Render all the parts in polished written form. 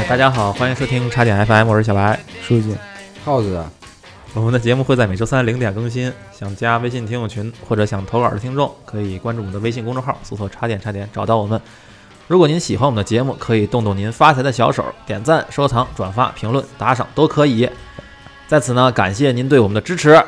大家好，欢迎收听茶点 FM， 我是小白， 书记， 耗子。 我们的节目会在每周三0点更新，想加微信听友群或者想投稿的听众，可以关注我们的微信公众号，搜索茶点找到我们。如果您喜欢我们的节目，可以动动您发财的小手，点赞、收藏、转发、评论、打赏都可以。在此呢，感谢您对我们的支持。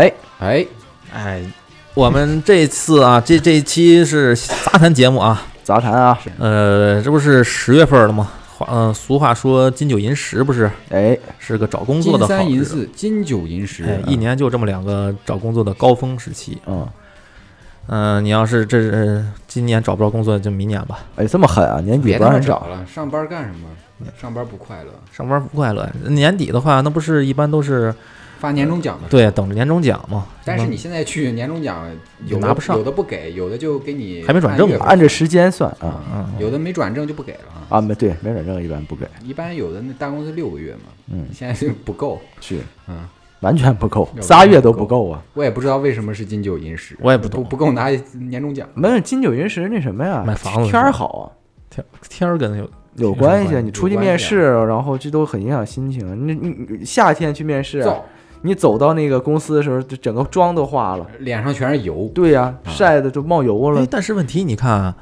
我们这次啊，这一期是杂谈节目啊， 杂谈啊， 这不是10月份了吗？俗话说金九银十，不是？是个找工作的好日子。 金三银四，金九银十， 一年就这么2个找工作的高峰时期。你要是今年找不着工作，就明年吧。 这么狠啊！年底不让人找了，上班干什么？上班不快乐。 上班不快乐。年底的话，那不是一般都是发年终奖的？ 对，等着年终奖嘛。 但是你现在去年终奖有拿不上， 有的不给，有的就给你还没转正， 按着时间算啊。有的没转正就不给了啊。对，没转正一般不给。 一般有的那大公司6个月嘛。现在就不够。 是。完全不够，3月都不够啊！ 我也不知道为什么是金九银十， 我也不懂， 不够拿年终奖。 没有金九银十那什么呀？ 买房子天儿好啊，天儿跟有关系啊！你出去面试，然后这都很影响心情。你夏天去面试，你走到那个公司的时候，就整个妆都化了， 脸上全是油。 对呀，晒的都冒油了。 但是问题你看啊，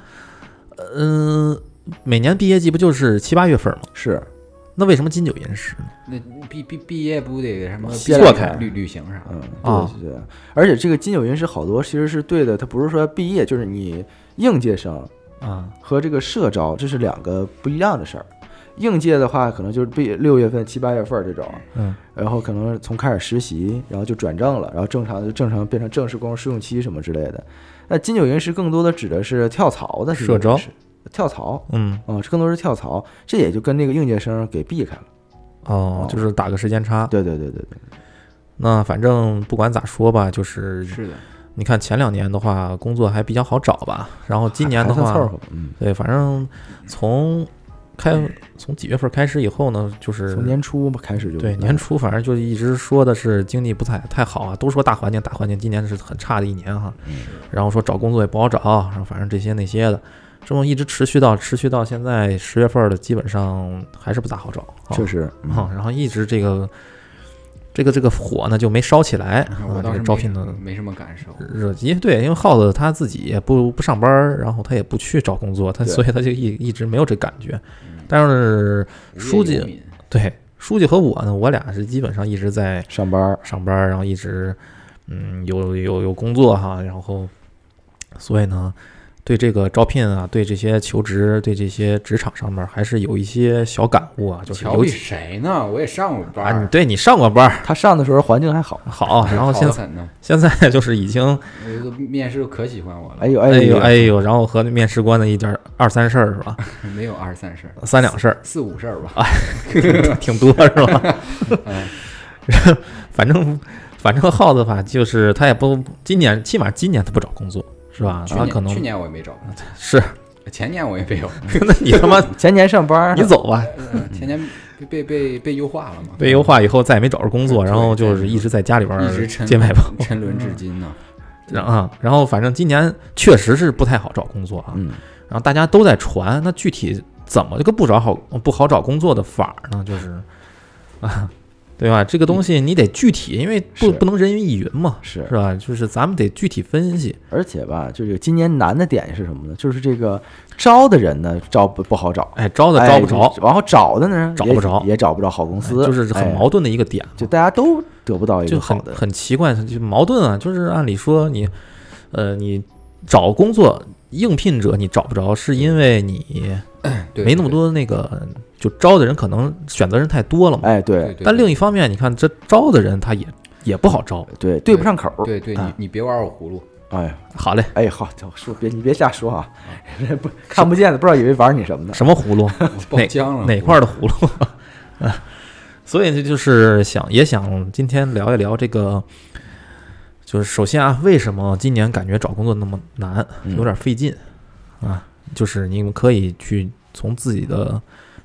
每年毕业季不就是7、8月份吗？ 是。 那为什么金九银十呢？ 那毕业不得什么错开旅行啥？ 对。而且这个金九银十好多其实是对的，它不是说毕业，就是你应届生和这个社招，这是2个不一样的事儿。应届的话，可能就是6月份、7、8月份这种，然后可能从开始实习，然后就转正了，然后正常变成正式工试用期什么之类的。那金九银十更多的指的是跳槽的社招。 跳槽，这更多是跳槽，这也就跟那个应届生给避开了。 就是打个时间差。 对。 那反正不管咋说吧， 是的。 你看前2年的话，工作还比较好找吧。然后今年的话，对，反正从几月份开始以后呢，就是从年初开始就对年初，反正就一直说的是经济不太好啊，都说大环境，今年是很差的一年哈。然后说找工作也不好找，然后反正这些那些的。这么一直持续到现在10月份的，基本上还是不咋好找， 确实。 然后一直这个火呢就没烧起来这个招聘的没什么感受。 对，因为耗子他自己也不上班，然后他也不去找工作，所以他就一直没有这感觉。但是书记和我呢，我俩是基本上一直在上班，然后一直有工作哈，然后所以呢。对这个招聘啊，对这些求职，对这些职场上面还是有一些小感悟啊，就是瞧比谁呢？我也上过班对你上过班， 他上的时候环境还好， 然后现在就是已经面试可喜欢我了， 哎呦，然后和面试官的一点2、3事儿是吧？ 没有2、3事儿 ，3、2事儿 ，4、5事儿吧？ 挺多是吧？反正耗子吧，就是他也不起码今年他不找工作。是吧？他可能去年我也没找， 是前年我也没有。 那你他妈前年上班， 你走吧。 前年被优化了嘛？ 被优化以后再也没找着工作，然后就是一直在家里边一直接外包， 沉沦至今呢。 然后反正今年确实是不太好找工作啊。然后大家都在传，那具体怎么这个不好找工作的法呢？就是对吧？这个东西你得具体，因为不能人云亦云嘛，是吧？就是咱们得具体分析。 而且吧，就是今年难的点是什么呢？就是这个招的人呢，招不好找， 招的招不着， 然后找的呢找不着， 也找不着好公司， 就是很矛盾的一个点， 就大家都得不到一个好的， 就很奇怪，就矛盾啊。就是按理说你找工作应聘者你找不着，是因为你没那么多那个。就招的人可能选择人太多了嘛， 对。 但另一方面，你看这招的人他也不好招， 对不上口。 对，你别玩我葫芦。 好嘞， 好，说你别瞎说啊，看不见的不知道以为玩你什么呢？ 什么葫芦？ 爆浆了？ 哪块的葫芦？所以就是也想今天聊一聊这个，就是首先啊，为什么今年感觉找工作那么难，有点费劲啊？就是你们可以去从自己的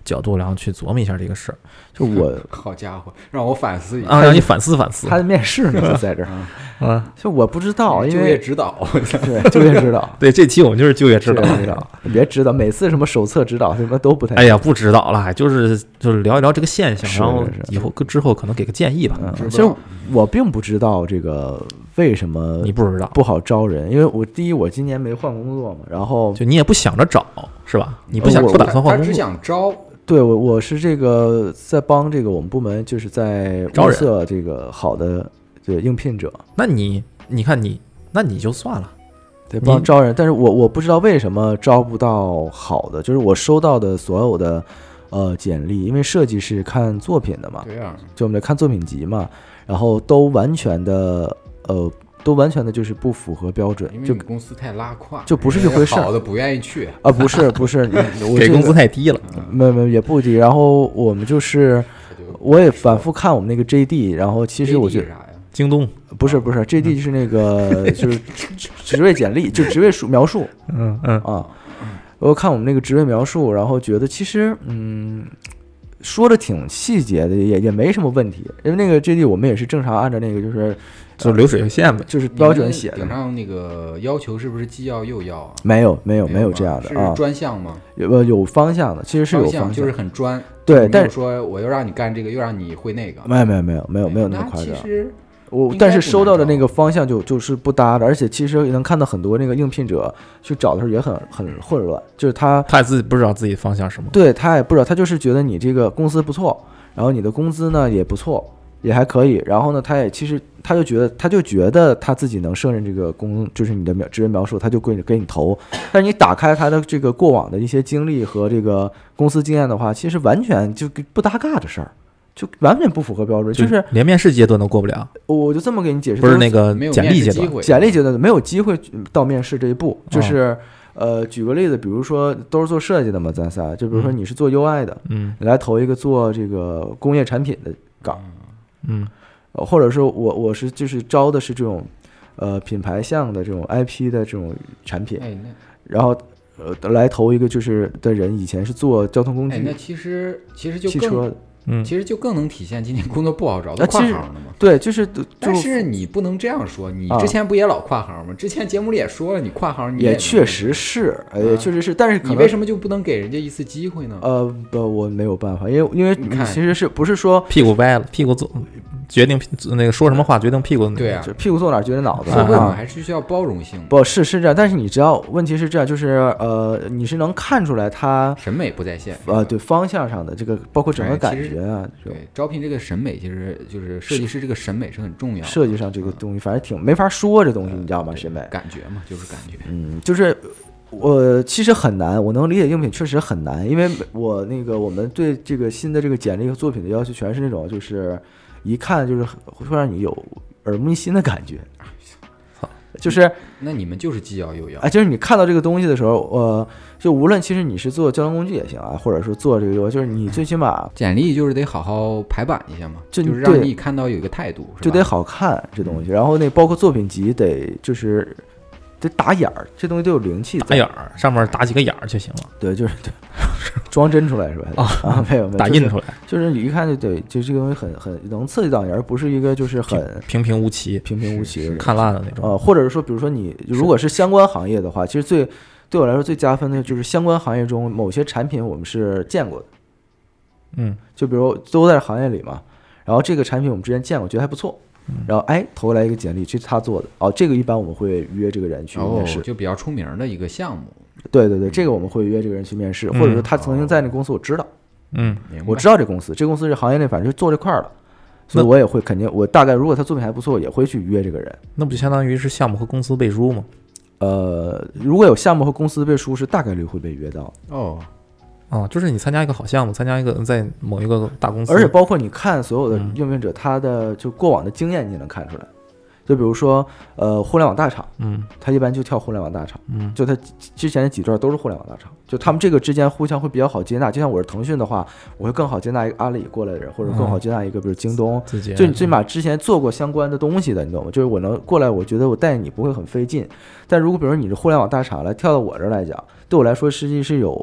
角度，然后去琢磨一下这个事儿。就我好家伙，让我反思一下啊，让你反思反思。 他的面试呢就在这儿就我不知道，因为就业指导， 对就业指导， 对这期我们就是就业指导， 别指导，每次什么手册指导什么都不太。 哎呀，不指导了，就是聊一聊这个现象，然后以后之后可能给个建议吧。 其实我并不知道这个为什么你不知道不好招人，因为我今年没换工作嘛，然后就你也不想着找是吧？你不打算换工作， 他只想招。 对，我是这个在帮这个我们部门，就是在物色这个好的应聘者。 那你看那你就算了， 对，帮招人。但是我不知道为什么招不到好的，就是我收到的所有的简历，因为设计是看作品的嘛， 对啊， 就我们得看作品集嘛，然后都完全的就是不符合标准， 因为你公司太拉胯， 就不是一回事。 好的不愿意去啊，不是， 给工资太低了， 没也不低。然后我们就是我也反复看我们那个 JD， 然后其实我觉得京东不是 JD 就是那个就是职位简历，就职位描述，我看我们那个职位描述，然后觉得其实说的挺细节的，也没什么问题，因为那个 JD 我们也是正常按照那个就流水线呗， 就是标准写的。 顶上那个要求是不是既要又要啊？ 没有这样的啊。 是专项吗？ 有方向的，其实是有方向， 就是很专。 对，但是说我又让你干这个，又让你会那个。 没有那么夸张。 其实但是收到的那个方向就是不搭的，而且其实能看到很多那个应聘者去找的时候也很混乱，就是他自己不知道自己方向什么。 对，他也不知道，他就是觉得你这个公司不错，然后你的工资呢也不错。也还可以，然后呢，他就觉得他自己能胜任这个就是你的职位描述，他就给你投。但是你打开他的这个过往的一些经历和这个公司经验的话，其实完全就不搭嘎的事儿，就完全不符合标准，就是连面试阶段都过不了。 我就这么给你解释， 不是那个简历阶段没有机会到面试这一步，就是举个例子，比如说都是做设计的嘛，咱仨，就比如说你是做 UI 的，你来投一个做这个工业产品的岗。或者说我是就是招的是这种品牌项的这种 IP 的这种产品，然后来投一个就是的人以前是做交通工具， 那其实就汽车的。 其实就更能体现今年工作不好找，都跨行的嘛。 对，就是。 但是你不能这样说，你之前不也老跨行吗？之前节目里也说了，你跨行你也确实是，确实是。但是你为什么就不能给人家一次机会呢？ 我没有办法，因为你其实是不是说屁股歪了，屁股坐决定那个说什么话决定屁股。 对啊， 屁股坐哪决定脑子。 社会嘛还是需要包容性。 不是这样，但是你只要问题是这样，就是你是能看出来他审美不在线。 对方向上的这个，包括整个感觉啊。 对，招聘这个审美其实就是设计师这个审美是很重要的。 设计上这个东西反正挺没法说，这东西你知道吗？审美感觉嘛，就是感觉。 就是我其实很难，我能理解应聘确实很难，因为我们对这个新的这个简历和作品的要求全是那种就是一看就是会让你有耳目一新的感觉。就是那你们就是既要又要就是你看到这个东西的时候，就无论其实你是做交通工具也行啊，或者说做这个，就是你最起码简历就是得好好排版一下嘛，就是让你看到有一个态度， 就得好看这东西。然后包括作品集得打眼儿，这东西都有灵气， 打眼儿上面打几个眼儿就行了。 对，就是装帧出来是吧？没有打印出来， 就是你一看就对，就这个东西很能刺激到你，而不是一个就是很平平无奇看烂的那种。 或者说比如说你如果是相关行业的话，其实对我来说最加分的就是相关行业中某些产品我们是见过的，就比如都在行业里嘛，然后这个产品我们之前见过，觉得还不错。然后投来一个简历，这是他做的这个一般我们会约这个人去面试， 就比较出名的一个项目。 对，这个我们会约这个人去面试，或者说他曾经在那公司我知道，我知道这公司是行业内反正就做这块的，所以我也会肯定我大概如果他作品还不错，也会去约这个人。 那不就相当于是项目和公司背书吗？ 如果有项目和公司背书，是大概率会被约到。 就是你参加一个好项目，参加一个在某一个大公司， 而且包括你看所有的应聘者，他的就过往的经验，你能看出来。就比如说，互联网大厂，他一般就跳互联网大厂，就他之前的几段都是互联网大厂，就他们这个之间互相会比较好接纳。就像我是腾讯的话，我会更好接纳一个阿里过来的人，或者更好接纳一个比如京东，就你最起码之前做过相关的东西的，你懂吗？就是我能过来，我觉得我带你不会很费劲。但如果比如说你是互联网大厂来跳到我这儿来讲，对我来说实际是有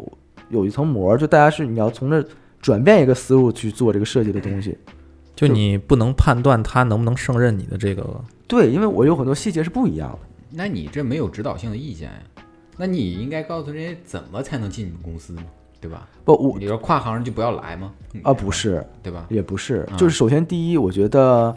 有一层膜，就大家是你要从这转变一个思路去做这个设计的东西， 就你不能判断他能不能胜任你的这个。 对，因为我有很多细节是不一样的。 那你这没有指导性的意见呀？那你应该告诉人家怎么才能进你们公司呢？对吧？ 不， 你说跨行就不要来吗？ 啊，不是， 对吧？ 也不是，就是首先第一，我觉得，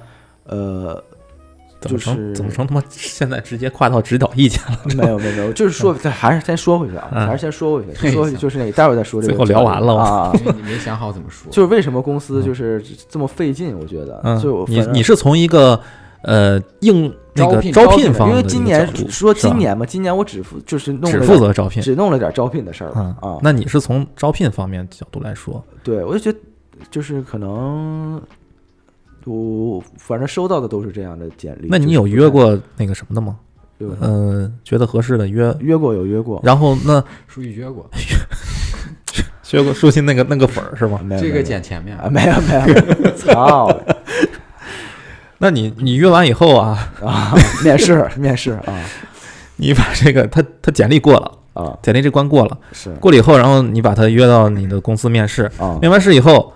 就是怎么成他妈现在直接跨到指导意见了？ 没有，就是说，还是先说回去啊，还是先说回去，说回去就是那个，待会儿再说这个。 最后聊完了啊， 你没想好怎么说？ 就是为什么公司就是这么费劲？我觉得，就你是从一个招聘方， 因为今年说今年嘛，今年我只负责招聘， 只弄了点招聘的事儿啊。那你是从招聘方面角度来说？ 对，我就觉得就是可能。我反正收到的都是这样的简历。 那你有约过那个什么的吗？觉得合适的约过有约过。 然后那书记约过， 约过书信那个粉儿是吗？ 这个剪前面没有，操！ 那你约完以后啊， 面试啊， 你把这个他简历过了啊， 简历这关过了， 是过了以后，然后你把他约到你的公司面试啊， 面完试以后，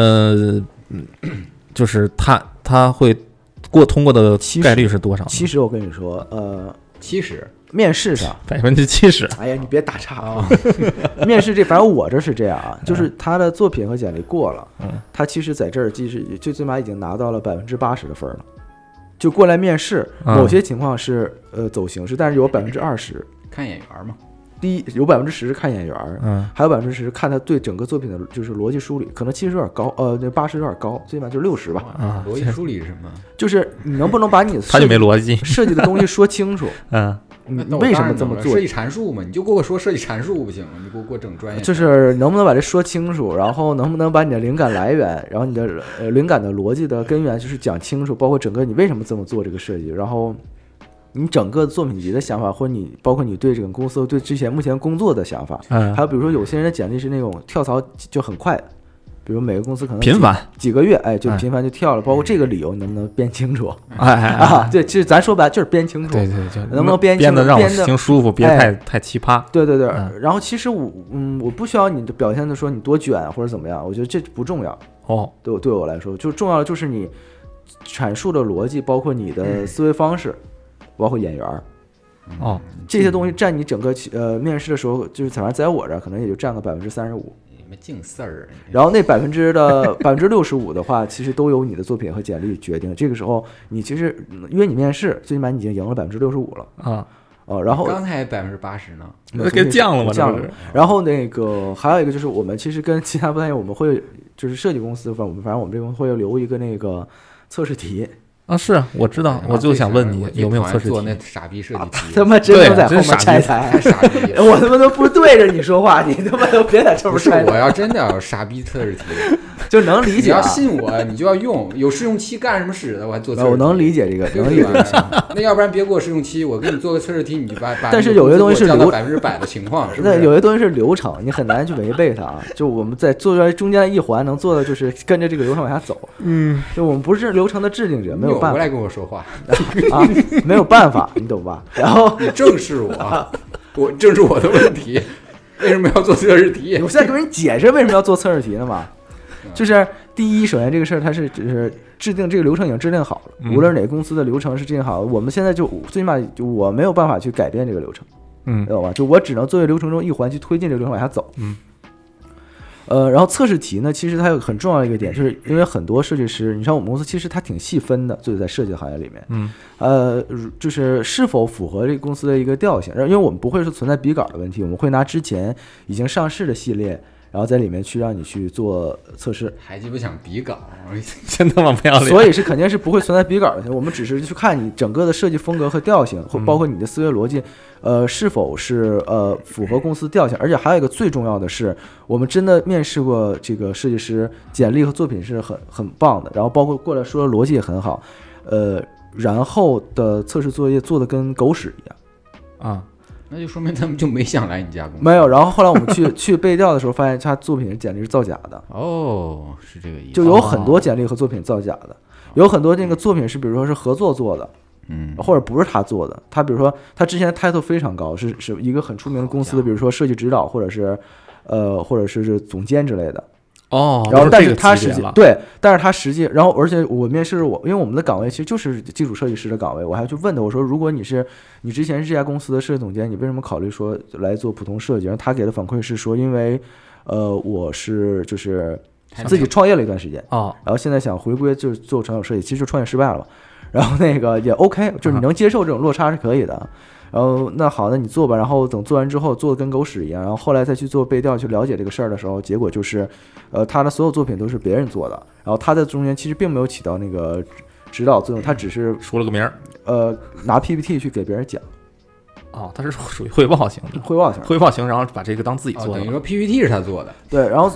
就是他会通过的概率是多少？ 其实我跟你说 ，70 面试上 70%。 哎呀，你别打岔啊！面试反正我这是这样啊，就是他的作品和简历过了，他其实在这儿最起码已经拿到了80%的分了，就过来面试。某些情况是走形式，但是有20% 看眼缘嘛。 第一有10%是看眼缘，还有10%看他对整个作品的就是逻辑梳理，可能70有点高，那80有点高，最起码就60吧。 逻辑梳理是什么？ 就是你能不能把你他就没逻辑设计的东西说清楚？你为什么这么做？ 设计阐述嘛，你就给我说设计阐述不行吗？你给我整专业。 就是能不能把这说清楚，然后能不能把你的灵感来源，然后你的灵感的逻辑的根源就是讲清楚，包括整个你为什么这么做这个设计，然后。你整个作品集的想法，或者你包括你对这个公司对之前目前工作的想法，还有比如说有些人的简历是那种跳槽就很快，比如每个公司可能频繁几个月，就频繁就跳了，包括这个理由你能不能编清楚？对，其实咱说白了就是编清楚， 对， 能不能编的让我听舒服，别太奇葩。 对，然后其实我不需要你的表现的说你多卷或者怎么样，我觉得这不重要对我来说，就重要的就是你阐述的逻辑，包括你的思维方式。包括眼缘这些东西占你整个面试的时候，就是反正在我这儿可能也就占个35%。 你们净事儿。 然后那65%的话，其实都由你的作品和简历决定。这个时候你其实约你面试，最起码你已经赢了65%了然后刚才80%呢， 那给降了吗？ 降了。然后那个还有一个就是我们其实跟其他不太一样，我们会就是设计公司，反正我们这边会留一个那个测试题。 是我知道，我就想问你有没有测试题？ 做那傻逼设计题， 他妈真能在后面拆台， 傻逼！ 我他妈都不对着你说话，你他妈都别在这边拆。 我要真的要傻逼测试题， 就能理解。 你要信我，你就要用，有试用期干什么使的？我还做测试题。 我能理解这个，能理解。 那要不然别给我试用期，我给你做个测试题，你就把。 但是有些东西是降到100%的情况，是不是？ 有些东西是流程，你很难去违背它啊。就我们在做出来中间一环，能做的就是跟着这个流程往下走。就我们不是流程的制定者，没有办法。 过来跟我说话。 没有办法，你懂吧？然后你正视我正视我的问题，为什么要做测试题？ 我现在跟你解释为什么要做测试题呢嘛？就是第一，首先这个事儿它是只是制定这个流程已经制定好了，无论哪个公司的流程是制定好了，我们现在就最起码就我没有办法去改变这个流程，懂吧？就我只能作为流程中一环去推进这个流程往下走，然后测试题呢，其实它有很重要的一个点，就是因为很多设计师，你像我们公司其实它挺细分的，就是在设计行业里面，就是是否符合这个公司的一个调性，因为我们不会说存在笔稿的问题，我们会拿之前已经上市的系列，然后在里面去让你去做测试。 还鸡巴想笔稿， 真他妈不要脸！ 所以是肯定是不会存在笔稿的，我们只是去看你整个的设计风格和调性，或包括你的思维逻辑。是否是符合公司调性？而且还有一个最重要的是，我们真的面试过这个设计师，简历和作品是很棒的，然后包括过来说的逻辑也很好，然后的测试作业做的跟狗屎一样那就说明他们就没想来你家公司。 没有，然后后来我们去背调的时候，发现他作品简历是造假的。 是这个意思。 就有很多简历和作品造假的，有很多那个作品是比如说是合作做的。或者不是他做的，他比如说他之前的 title 非常高，是一个很出名的公司的，比如说设计指导或者是或者是总监之类的。 哦， 然后但是他实际对，但是他实际，然后而且我面试因为我们的岗位其实就是基础设计师的岗位，我还去问他，我说如果你之前是这家公司的设计总监，你为什么考虑说来做普通设计？然后他给的反馈是说，因为我是就是自己创业了一段时间啊， 然后现在想回归就是做传统设计，其实创业失败了嘛，然后那个也 OK， 就是你能接受这种落差是可以的。然后那好，那你做吧。然后等做完之后，做的跟狗屎一样。然后后来再去做背调，去了解这个事儿的时候，结果就是，他的所有作品都是别人做的。然后他在中间其实并没有起到那个指导作用，他只是出了个名儿， 拿 PPT 去给别人讲。 哦，他是属于汇报型的，汇报型，然后把这个当自己做的。 等于说 PPT 是他做的。 对，然后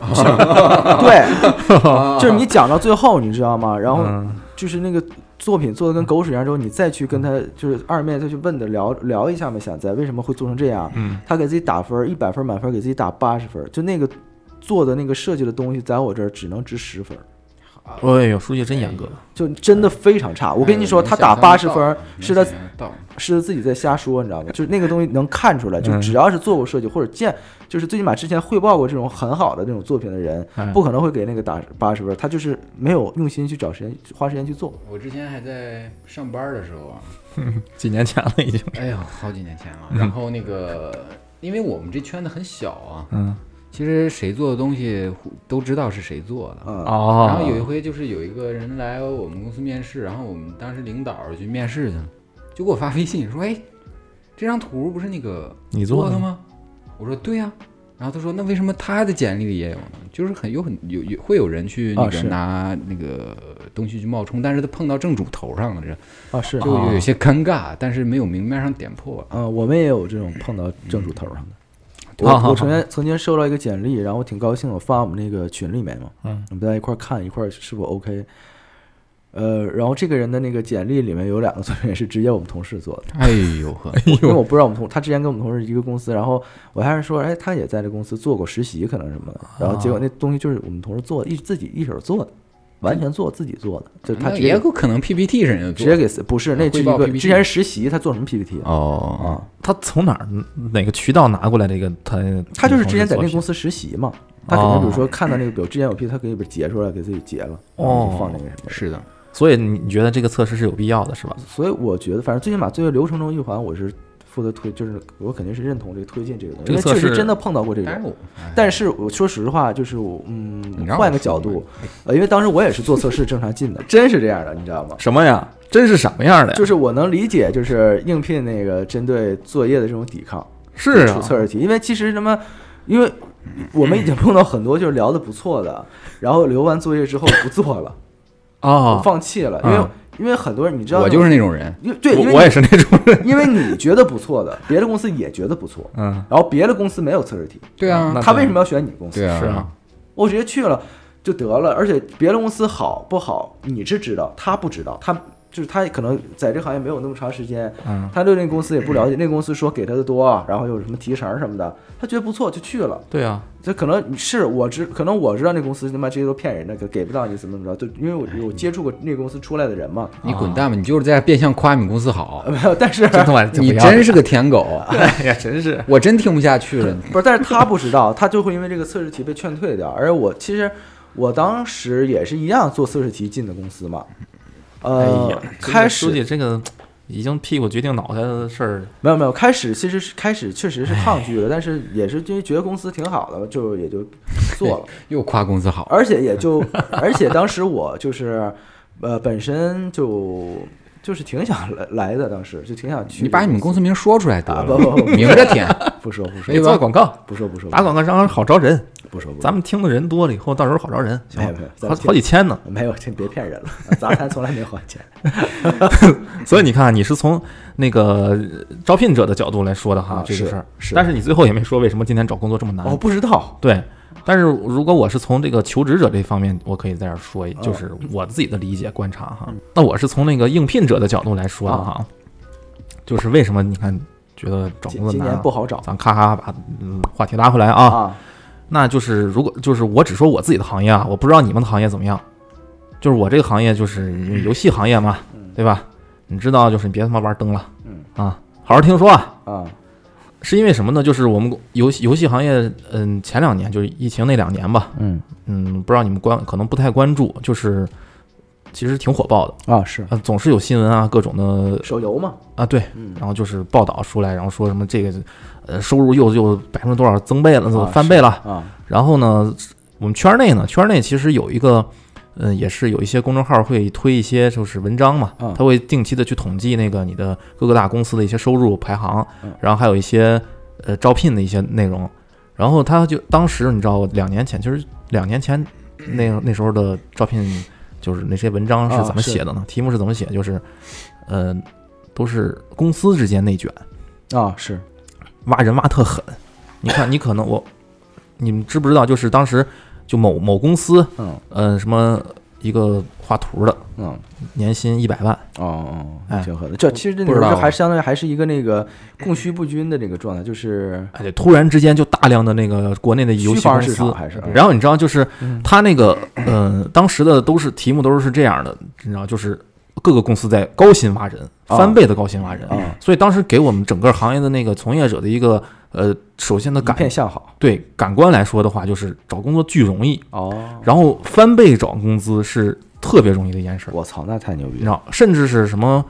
对，就是你讲到最后，你知道吗？然后就是那个作品做的跟狗屎一样之后，你再去跟他就是二面再去问的聊一下嘛，想在为什么会做成这样？他给自己打分100分满分，给自己打80分，就那个做的那个设计的东西，在我这儿只能值10分。 哎呦，书记真严格， 就真的非常差。我跟你说，他打80分是他自己在瞎说，你知道吗？就是那个东西能看出来，就只要是做过设计或者就是最起码之前汇报过这种很好的这种作品的人，不可能会给那个打80分，他就是没有用心去花时间去做。 我之前还在上班的时候啊， 几年前了已经， 哎呦，好几年前了。然后那个，因为我们这圈子很小啊，其实谁做的东西都知道是谁做的。然后有一回就是有一个人来我们公司面试，然后我们当时领导去面试去了，就给我发微信说：“哎，这张图不是那个你做的吗？”我说：“对呀。”然后他说：“那为什么他的简历里也有呢？就是会有人去那个拿那个东西去冒充，但是他碰到正主头上了， 是就有些尴尬，但是没有明面上点破。 我们也有这种碰到正主头上的。”我曾经收到一个简历，然后我挺高兴，我发我们那个群里面嘛，我们大家一块看一块是否 OK。然后这个人的那个简历里面有2个作品是直接我们同事做的。 哎呦呵， 因为我不知道他之前跟我们同事一个公司，然后我还是说，哎，他也在这公司做过实习，可能什么的。然后结果那东西就是我们同事做的，自己一手做的。完全自己做的，就他也有可能 PPT 是人家直接给不是那是一个之前是实习，他做什么 PPT 他从哪个渠道拿过来这个？ 他就是之前在那公司实习嘛，他肯定比如说看到那个表之前有 PPT，他可以把截出来给自己截了，放那个什么。 是的， 所以你觉得这个测试是有必要的，是吧？ 所以我觉得，反正最起码作为流程中一环，我是负责就是我肯定是认同这个推进这个东西，因为确实真的碰到过这种。但是我说实话，就是换个角度，因为当时我也是做测试正常进的，真是这样的，你知道吗？ 什么呀？真是什么样的呀？ 就是我能理解，就是应聘那个针对作业的这种抵抗， 是出测试题，因为其实因为我们已经碰到很多就是聊得不错的，然后留完作业之后不做了，放弃了，因为很多人你知道， 我就是那种人， 对， 我也是那种人， 因为你觉得不错的，别的公司也觉得不错，然后别的公司没有测试题， 对啊， 他为什么要选你公司？ 对啊， 是啊， 我直接去了就得了，而且别的公司好不好你是知道，他不知道，他可能在这行业没有那么长时间，他对那个公司也不了解，那个公司说给他的多，然后有什么提成什么的，他觉得不错就去了。 对啊， 这可能是可能我知道那公司他妈这些都骗人的，给不到你怎么着，就因为我有接触过那个公司出来的人嘛。 你滚蛋吧，你就是在变相夸你们公司好。 没有，但是你真是个舔狗。 哎呀，真是， 我真听不下去了。 不是，但是他不知道，他就会因为这个测试题被劝退掉。而其实我当时也是一样做测试题进的公司嘛。开始书记这个已经屁股决定脑袋的事儿， 没有，开始确实是抗拒了，但是也是因为觉得公司挺好的，也就做了。 又夸公司好， 而且当时我就是本身就是挺想来的，当时就挺想去。 你把你们公司名说出来得了， 不， 明着填， 不说， 你做广告， 不说， 打广告让人好招人， 不说， 咱们听的人多了以后，到时候好招人， 没有， 好几千呢， 没有，别骗人了，杂谈从来没还钱。 所以你看，你是从那个招聘者的角度来说的哈，这个事儿，但是你最后也没说为什么今天找工作这么难。 我不知道， 对。但是如果我是从这个求职者这方面，我可以在这儿说，就是我自己的理解观察哈。那我是从那个应聘者的角度来说的哈，就是为什么你看觉得找工作难， 今年不好找， 咱咔咔把话题拉回来啊。那就是如果就是我只说我自己的行业啊，我不知道你们的行业怎么样。就是我这个行业就是游戏行业嘛，对吧？你知道，就是你别他妈玩灯了，好好听说啊。 是因为什么呢？就是我们游戏行业，前2年就是疫情那2年吧，不知道你们可能不太关注，就是其实挺火爆的啊，是总是有新闻啊，各种的手游嘛啊，对，然后就是报道出来，然后说什么这个收入又多少增倍了，翻倍了啊。 然后呢，我们圈内其实有一个。也是有一些公众号会推一些就是文章嘛，他会定期的去统计那个你的各个大公司的一些收入排行，然后还有一些招聘的一些内容，然后他就当时你知道2年前，就是2年前那时候的招聘，就是那些文章是怎么写的呢？题目是怎么写？就是都是公司之间内卷啊，是挖人挖特狠。你看，你们知不知道？就是当时。就某公司，什么一个画图的，年薪100万， 挺狠的。这其实这个还相当于还是一个那个供需不均的这个状态，就是对，突然之间就大量的那个国内的游戏公司，然后你知道，就是他那个当时的题目都是这样的，你知道，就是各个公司在高薪挖人，翻倍的高薪挖人，所以当时给我们整个行业的那个从业者的一个。首先的一片向好， 对感官来说的话，就是找工作巨容易然后翻倍找工资是特别容易的一件事。 我操，那太牛逼了！ 你知道，甚至是什么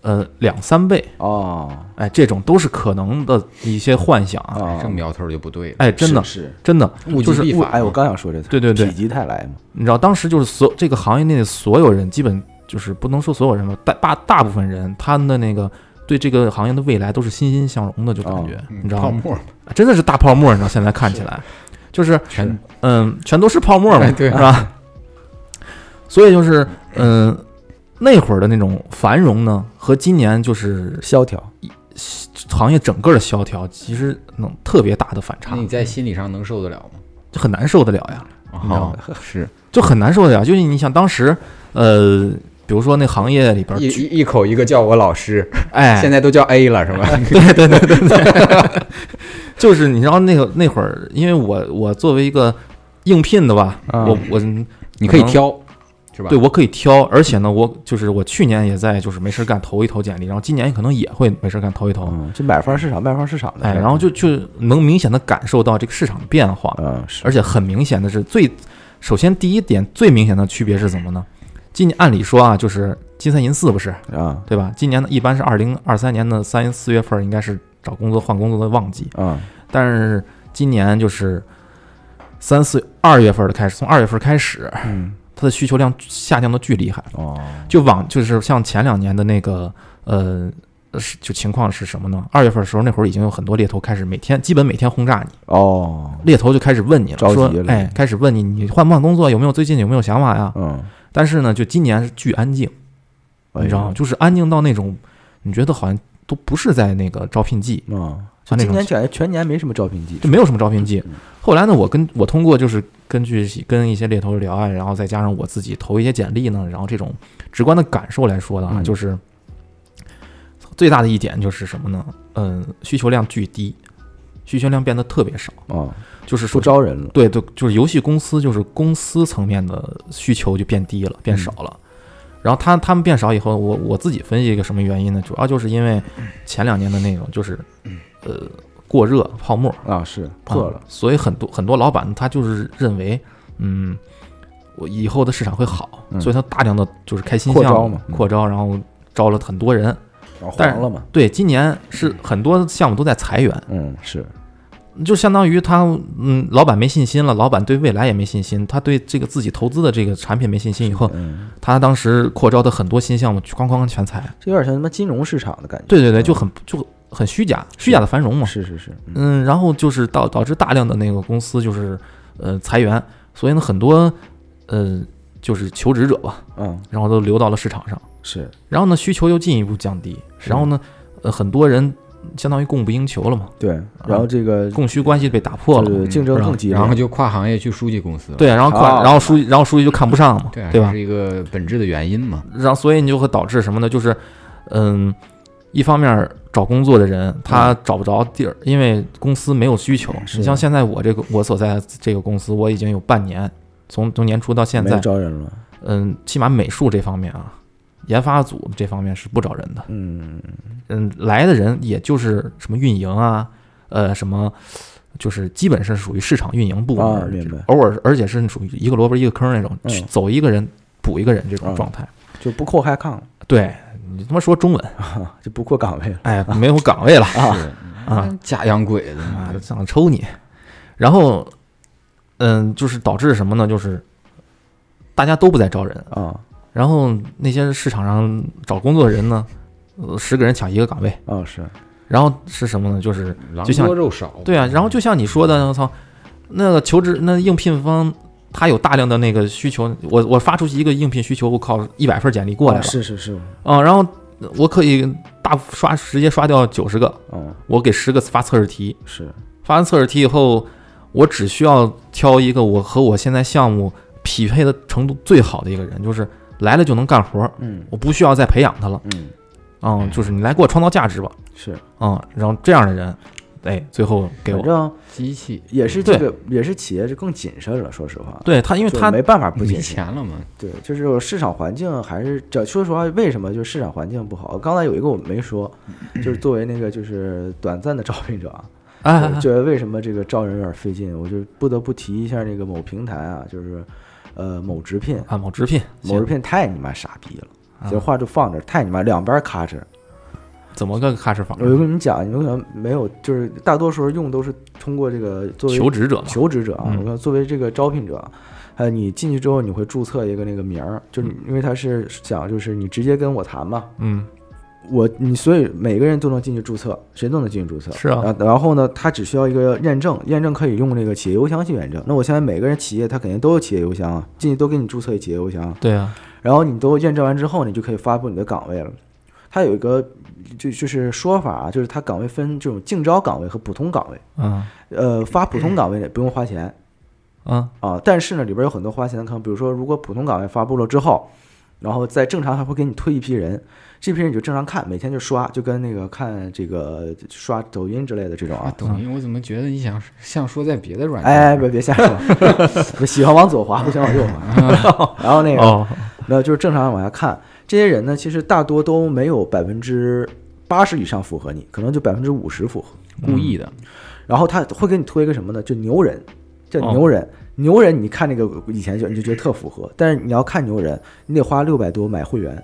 2-3倍这种都是可能的一些幻想啊。 这苗头就不对了， 真的是真的， 就是我刚想说这词， 对， 否极泰来嘛。 你知道，当时就是这个行业内的所有人，基本就是不能说所有人吧，大部分人他们的那个。对这个行业的未来都是欣欣向荣的，就感觉你知道吗？ 泡沫真的是大泡沫，你知道现在看起来就是全都是泡沫嘛， 对， 是吧？所以就是那会儿的那种繁荣呢，和今年就是萧条， 行业整个的萧条，其实特别大的反差。 你在心理上能受得了吗？ 就很难受得了呀， 是就很难受得了。就是你想当时比如说那行业里边一口一个叫我老师，现在都叫 A 了是吧？ 对，就是你知道那会儿，因为我作为一个应聘的吧， 你可以挑，是吧？ 对，我可以挑，而且呢，我去年也在就是没事干投一投简历，然后今年可能也会没事干投一投， 就买方市场卖方市场的， 然后就能明显的感受到这个市场的变化，而且很明显的是首先第一点最明显的区别是什么呢？今年按理说啊，就是金3银4不是对吧？今年呢一般是2023年的3、4月份应该是找工作换工作的旺季但是今年就是3、4、2月份的开始，从2月份开始，它的需求量下降的巨厉害就是像前2年的那个就情况是什么呢？2月份的时候，那会儿已经有很多猎头开始基本每天轰炸你猎头就开始问你了，说开始问你换不换工作，最近有没有想法呀？但是呢，就今年是巨安静，你知道吗？就是安静到那种，你觉得好像都不是在那个招聘季今年感觉全年没什么招聘季， 就没有什么招聘季。后来呢，我通过就是根据跟一些猎头聊然后再加上我自己投一些简历呢，然后这种直观的感受来说的就是最大的一点就是什么呢？需求量巨低，需求量变得特别少就是不招人了。 对，就是游戏公司，就是公司层面的需求就变低了，变少了。然后他们变少以后，我自己分析一个什么原因呢？主要就是因为前2年的那种就是过热泡沫是破了， 所以很多老板他就是认为我以后的市场会好，所以他大量的就是开新项目扩招，然后招了很多人， 黄了嘛。 对，今年是很多项目都在裁员， 是。 就相当于他老板没信心了，老板对未来也没信心，他对这个自己投资的这个产品没信心以后，他当时扩招的很多新项目哐哐全裁， 这有点像什么金融市场的感觉。 对，就很虚假的繁荣嘛。 是， 然后就是导致大量的那个公司就是裁员，所以呢很多就是求职者吧，然后都流到了市场上， 是， 然后呢需求又进一步降低，然后呢很多人。相当于供不应求了嘛？ 对，然后这个供需关系被打破了， 竞争更激烈， 然后就跨行业去书记公司了。 对，然后书记就看不上嘛，对吧？ 这是一个本质的原因嘛。 然后所以你就会导致什么呢？就是一方面找工作的人他找不着地儿，因为公司没有需求。你像现在我所在这个公司，我已经有半年，从年初到现在没招人了。 起码美术这方面研发组这方面是不招人的。来的人也就是什么运营什么，就是基本是属于市场运营部门， 明白。 偶尔而且是属于一个萝卜一个坑那种，走一个人补一个人这种状态， 就不扩海康。 对，你他妈说中文就不扩岗位了， 哎，没有岗位了假洋鬼子想抽你。然后就是导致什么呢？就是大家都不再招人啊。 然后那些市场上找工作的人呢，10个人抢1个岗位是。 然后是什么呢？就是就像狼多肉少， 对啊。然后就像你说的，我操，那个求职那应聘方他有大量的那个需求，我发出去一个应聘需求，我靠100份简历过来了， 是然后我可以直接刷掉90个，我给10个发测试题， 是发完测试题以后，我只需要挑一个我和我现在项目匹配的程度最好的一个人，就是来了就能干活，我不需要再培养他了，就是你来给我创造价值吧， 是， 然后这样的人，哎，最后给我， 反正机器也是这个，也是企业是更谨慎了，说实话， 对他，因为他没办法不谨慎，没钱了嘛， 对，就是市场环境还是说实话，为什么就是市场环境不好？刚才有一个我们没说，就是作为那个就是短暂的招聘者觉得为什么这个招人有点费劲，我就不得不提一下那个某平台啊，就是某直聘某直聘太你妈傻逼了。这话就放这，太你妈两边咔哧， 怎么个咔哧法？ 我就跟你讲，你可能没有，就是大多数人用都是通过这个作为求职者啊。我看作为这个招聘者，你进去之后你会注册一个那个名儿，就是因为他是想就是你直接跟我谈嘛，你所以每个人都能进去注册，谁都能进去注册， 是啊。 然后呢，他只需要一个验证可以用那个企业邮箱去验证。那我现在每个人企业他肯定都有企业邮箱啊，进去都给你注册一企业邮箱， 对啊。 然后你都验证完之后，你就可以发布你的岗位了。它有一个就是说法啊，就是它岗位分这种竞招岗位和普通岗位。发普通岗位不用花钱，但是呢里边有很多花钱的坑，比如说如果普通岗位发布了之后，然后在正常还会给你推一批人，这批人你就正常看，每天就刷，就跟那个看这个刷抖音之类的这种啊。 抖音我怎么觉得你像说在别的软件？ 哎，别瞎说，喜欢往左滑，不想往右滑。然后那个。那就是正常往下看，这些人呢，其实大多都没有80%以上符合你，可能就50%符合， 故意的。 然后他会给你推一个什么呢？就牛人，叫牛人。牛人，你看那个以前你就觉得特符合，但是你要看牛人，你得花600多买会员。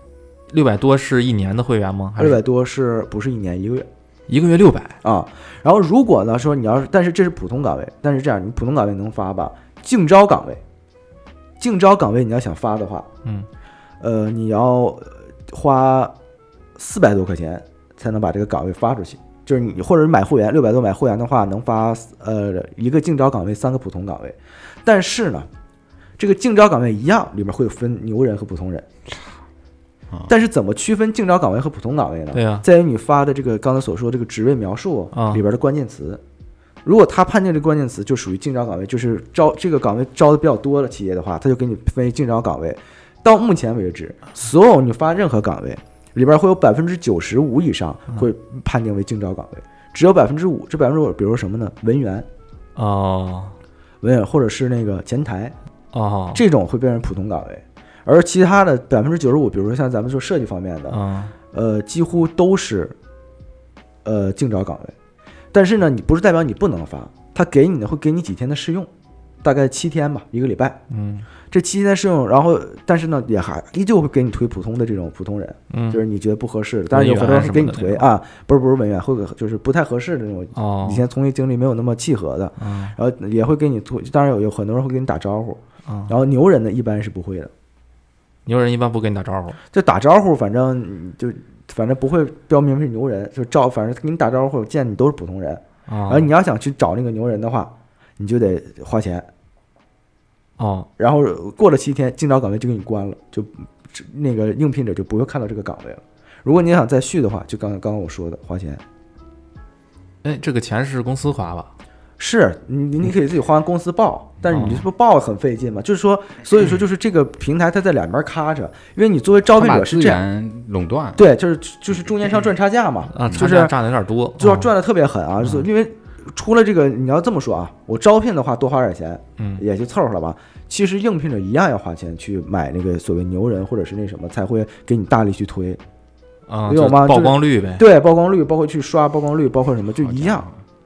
600多是1年的会员吗 ？600多是不是1年1个月 ？1个月600 啊。然后如果呢说你要是，但是这是普通岗位，但是这样你普通岗位能发吧？竞招岗位你要想发的话，你要花400多块钱才能把这个岗位发出去。就是你或者买会员600多买会员的话，能发一个竞招岗位3个普通岗位。但是呢，这个竞招岗位一样里面会分牛人和普通人。但是怎么区分竞招岗位和普通岗位呢？ 对啊， 在于你发的这个刚才所说这个职位描述里边的关键词。如果他判定这关键词就属于竞招岗位，就是这个岗位招的比较多的企业的话，他就给你分为竞招岗位。到目前为止，所有你发任何岗位里边会有95%以上会判定为竞招岗位，只有5%，这5%比如说什么呢？文员文员或者是那个前台这种会变成普通岗位，而其他的95%，比如说像咱们说设计方面的几乎都是竞招岗位。但是呢，你不是代表你不能发，他给你的会给你几天的试用，大概7天吧，1个礼拜。这7天试用，然后但是呢，也还依旧会给你推普通的这种普通人，就是你觉得不合适的，当然有很多人是给你推啊，不是文员，会就是不太合适的那种，以前从业经历没有那么契合的，然后也会给你推，当然有很多人会给你打招呼，然后牛人呢一般是不会的， 牛人一般不跟你打招呼， 就打招呼，反正不会标明是牛人，就反正跟你打招呼见你都是普通人，然后你要想去找那个牛人的话，你就得花钱，然后过了7天，竞招岗位就给你关了，就那个应聘者就不会看到这个岗位了。如果你想再续的话，就刚刚我说的花钱。 哎，这个钱是公司花吧？ 是你可以自己花公司报，但是你这不报很费劲嘛？就是说，所以说就是这个平台它在两边卡着，因为你作为招聘者是这样垄断， 对，就是中间商赚差价嘛，就是赚的有点多， 就要赚的特别狠啊！因为除了这个，你要这么说啊，我招聘的话多花点钱，也就凑合了吧。其实应聘者一样要花钱去买那个所谓牛人或者是那什么，才会给你大力去推。 有吗？曝光率呗。 对，曝光率，包括去刷曝光率，包括什么就一样。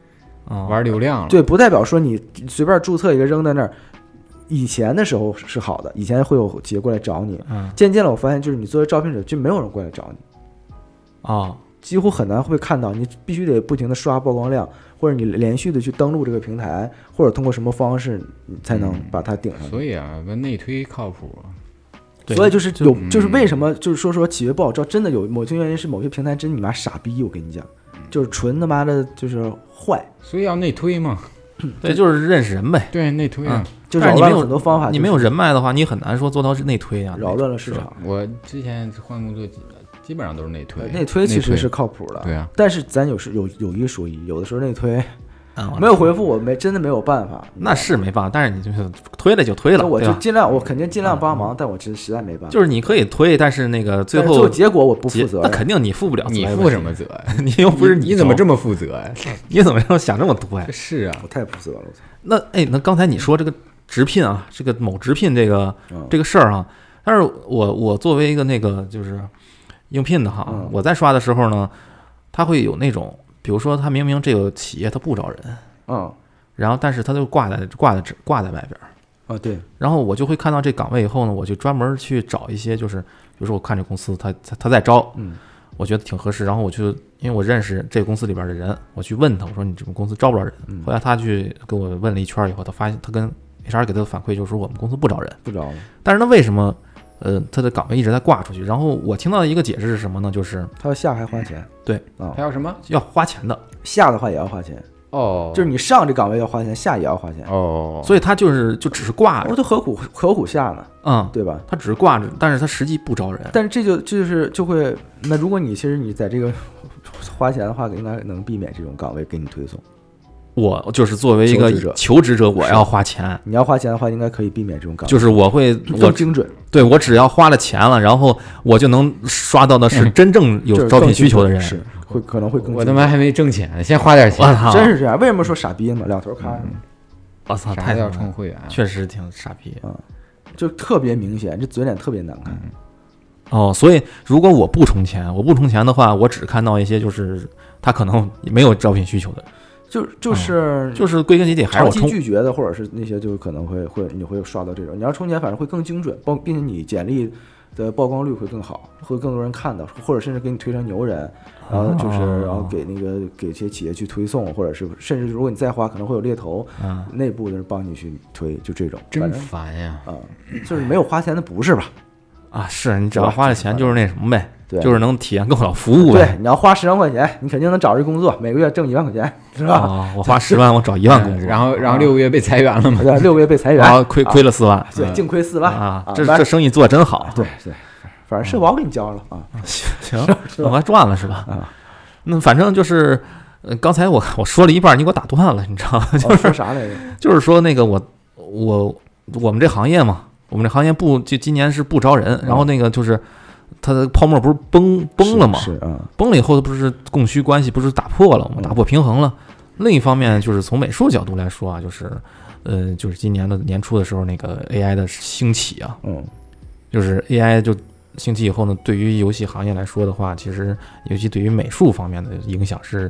玩流量了。 对，不代表说你随便注册一个扔在那儿。以前的时候是好的，以前会有企业过来找你。渐渐的我发现，就是你作为招聘者，就没有人过来找你。几乎很难会看到，你必须得不停的刷曝光量，或者你连续的去登录这个平台，或者通过什么方式你才能把它顶上去。 所以啊，内推靠谱。 所以就是就是为什么就是说企业不好招，真的有某些原因是某些平台真你妈傻逼，我跟你讲，就是纯他妈的就是坏。 所以要内推嘛。 对，就是认识人呗。 对，内推啊， 就扰乱了很多方法。 你没有人脉的话，你很难说做到内推啊， 扰乱了市场。 我之前换工作基本上都是内推。 内推其实是靠谱的， 对啊。 但是咱有一说一，有的时候内推没有回复，我真的没有办法。 那是没办法，但是你就是推了就推了， 我就尽量，我肯定尽量帮忙，但我实在没办法。 就是你可以推，但是那个最后结果我不负责， 那肯定你负不了责。 你负什么责呀？ 你又不是你怎么这么负责呀？ 你怎么要想这么多呀？ 是啊， 我太负责了。 那刚才你说这个直聘啊，这个某直聘这个事儿啊，但是我作为一个那个就是应聘的哈，我在刷的时候呢，他会有那种，比如说他明明这个企业他不招人，然后但是他就挂在外边对， 然后我就会看到这岗位以后呢，我就专门去找一些，就是比如说我看这公司他在招，我觉得挺合适，然后我就因为我认识这个公司里边的人，我去问他，我说你这个公司招不招人？后来他去跟我问了一圈以后，他发现他跟 HR 给他的反馈就是说我们公司不招人， 不招了。 但是呢，为什么他的岗位一直在挂出去？然后我听到的一个解释是什么呢？就是他要下还花钱， 对他要什么？ 要花钱的， 下的话也要花钱。就是你上这岗位要花钱，下也要花钱。 所以他就只是挂着， 我都何苦下呢？对吧？ 他只是挂着，但是他实际不招人。 但是就会，那如果其实你在这个花钱的话，应该能避免这种岗位给你推送。 我就是作为一个求职者，我要花钱。 你要花钱的话，应该可以避免这种岗位。 就是我精准， 对，我只要花了钱了，然后我就能刷到的是真正有招聘需求的人， 是可能会更。 我他妈还没挣钱，先花点钱， 真是这样。为什么说傻逼呢？两头看。 我操，太要充会员， 确实挺傻逼就特别明显，这嘴脸特别难看。所以如果我不充钱的话，我只看到一些就是他可能没有招聘需求的。 就是归根结底还是我长期拒绝的，或者是那些就可能你会刷到这种。你要充钱，反正会更精准，并且你简历的曝光率会更好，会更多人看到，或者甚至给你推成牛人，然后然后给一些企业去推送，或者是甚至如果你再花，可能会有猎头内部的人帮你去推，就这种。 真烦呀！ 就是没有花钱的不是吧？ 是你只要花了钱就是那什么呗。对，就是能体验更好服务呗。 对，你要花10万块钱，你肯定能找这工作，每个月挣1万块钱，是吧？ 我花10万，我找1万工作， 然后6个月被裁员了嘛？ 对，6个月被裁员， 然后亏了4万， 对，净亏4万啊！这生意做真好。 对，反正社保给你交了啊。 行，我还赚了是吧？那反正就是，刚才我说了一半，你给我打断了，你知道吗？就是说啥来着？ 就是说那个我们这行业嘛，我们这行业就今年是不招人，然后那个就是。它的泡沫不是崩了吗？崩了以后，不是供需关系不是打破了吗？打破平衡了。另一方面，就是从美术角度来说啊，就是今年的年初的时候，那个 AI 的兴起啊，就是 AI 就兴起以后呢，对于游戏行业来说的话，其实尤其对于美术方面的影响是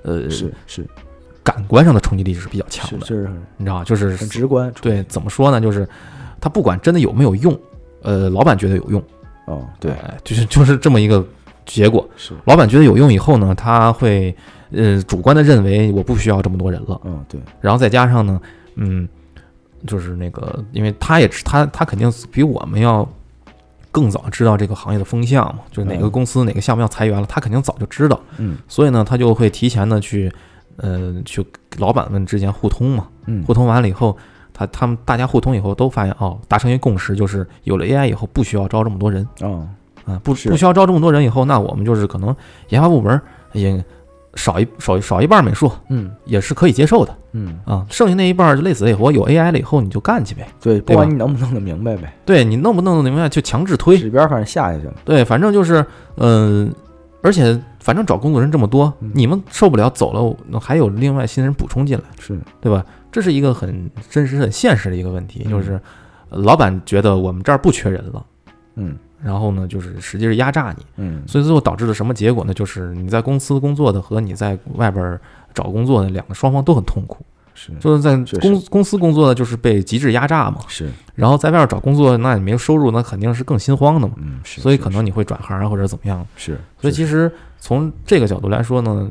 感官上的冲击力是比较强的，你知道吗？就是很直观。 对，怎么说呢？就是它不管真的有没有用，老板觉得有用。 对， 就是这么一个结果。 是， 老板觉得有用以后呢，他会主观的认为我不需要这么多人了。 对。 然后再加上呢，就是那个，因为他肯定比我们要更早知道这个行业的风向嘛，就是哪个公司哪个项目要裁员了，他肯定早就知道。所以呢，他就会提前的去老板们之间互通嘛。互通完了以后。他们大家互通以后都发现达成一个共识，就是有了 AI 以后不需要招这么多人不需要招这么多人以后，那我们就是可能研发部门也少一半美术，也是可以接受的，剩下那一半就累死了以后，有 AI 了以后你就干去呗， 对，不管你能不弄得明白呗， 对你弄不弄得明白就强制推， 指标反正下去了， 对，反正就是而且反正找工作人这么多，你们受不了走了，还有另外新人补充进来， 是对吧？这是一个很真实、很现实的一个问题，就是老板觉得我们这儿不缺人了，然后呢，就是实际是压榨你，所以最后导致的什么结果呢？就是你在公司工作的和你在外边找工作的两个双方都很痛苦。就是在公司工作的就是被极致压榨嘛， 是。 然后在外面找工作，那你没有收入，那肯定是更心慌的嘛。 是。 所以可能你会转行或者怎么样。 是。 所以其实从这个角度来说呢，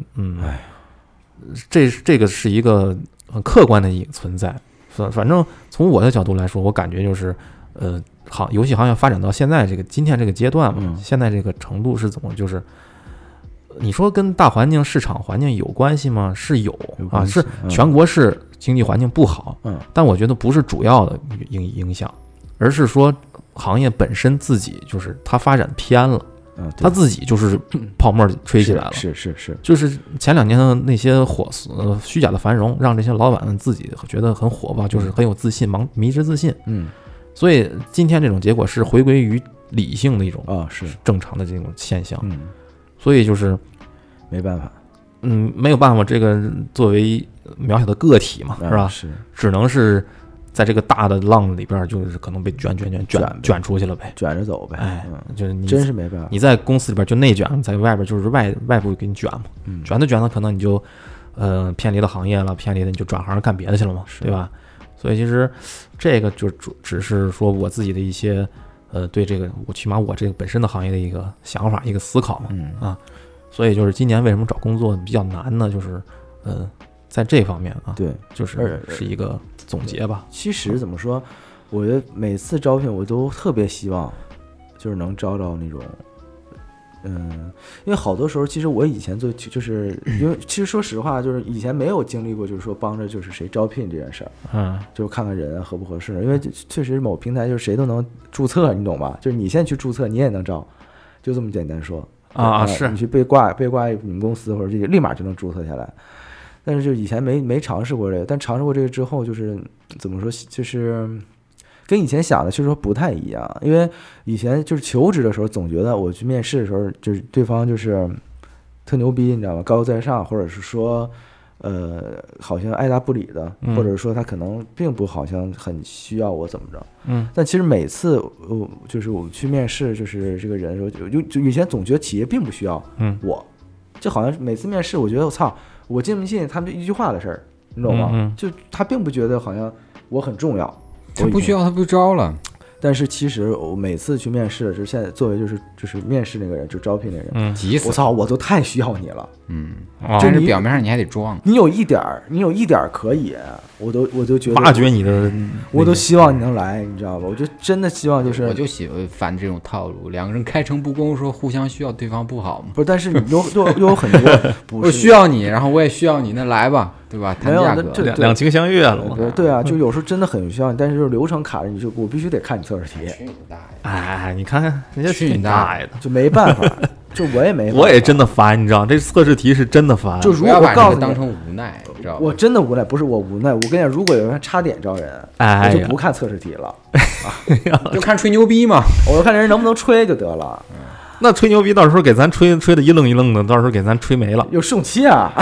这个是一个很客观的一个存在。反正从我的角度来说，我感觉就是游戏行业发展到现在今天这个阶段嘛，现在这个程度是怎么就是。你说跟大环境、市场环境有关系吗？是有啊，是全国是经济环境不好，但我觉得不是主要的影响，而是说行业本身自己就是它发展偏了，它自己就是泡沫吹起来了， 是， 就是前2年的那些虚假的繁荣，让这些老板们自己觉得很火爆，就是很有自信，迷之自信，所以今天这种结果是回归于理性的一种是正常的这种现象。所以就是没办法， 没有办法，这个作为渺小的个体嘛，是吧？ 是， 只能是在这个大的浪里边，就是可能被卷出去了呗， 卷着走呗。 哎，就是你真是没办法。 你在公司里边就内卷，在外边就是外部给你卷嘛，卷的可能你就偏离了行业了，偏离了你就转行干别的去了嘛，对吧？所以其实这个就只是说我自己的一些。对这个起码我这个本身的行业的一个想法、一个思考嘛，所以就是今年为什么找工作比较难呢？就是在这方面啊， 对， 就是一个总结吧。 其实怎么说，我觉得每次招聘我都特别希望，就是能招那种，因为好多时候其实我以前就是因为其实说实话，就是以前没有经历过，就是说帮着就是谁招聘这件事儿，就是看看人合不合适，因为确实某平台就是谁都能注册，你懂吧？就是你现在去注册，你也能招，就这么简单说是你去被挂你们公司或者这个立马就能注册下来。但是就以前没尝试过这个，但尝试过这个之后，就是怎么说，就是跟以前想的就是说不太一样。因为以前就是求职的时候，总觉得我去面试的时候，就是对方就是特牛逼，你知道吗？高高在上，或者是说好像爱答不理的，或者说他可能并不好像很需要我怎么着。但其实每次就是我去面试就是这个人的时候，就以前总觉得企业并不需要我，就好像每次面试我觉得我进不进他们就一句话的事儿，你懂吗？就他并不觉得好像我很重要， 他不需要他不招了。 但是其实我每次去面试，就是现在作为就是面试那个人，就招聘那个人， 急死！ 我操，我都太需要你了。 就你表面上你还得装， 你有一点可以，我都觉得挖掘你的， 我都希望你能来，你知道吧？我就真的希望就是， 我就喜欢反这种套路，两个人开诚布公说互相需要对方不好吗？ 不是，但是你又有很多， 我需要你，然后我也需要你，那来吧，对吧？谈价格， 两情相悦了嘛。 对啊，就有时候真的很需要你，但是就是流程卡着你，我必须得看你测试题。 去你大爷！ 哎，你看看人家去你大爷的， 就没办法。就我也没法， 我也真的烦，你知道，这测试题是真的烦。 就如果我告诉你， 当成无奈，你知道吗？ 我真的无奈，不是我无奈。我跟你讲，如果有人差点招人，我就不看测试题了， 就看吹牛逼嘛。 我就看人能不能吹就得了。 那吹牛逼到时候给咱吹的一愣一愣的，到时候给咱吹没了。 有试用期啊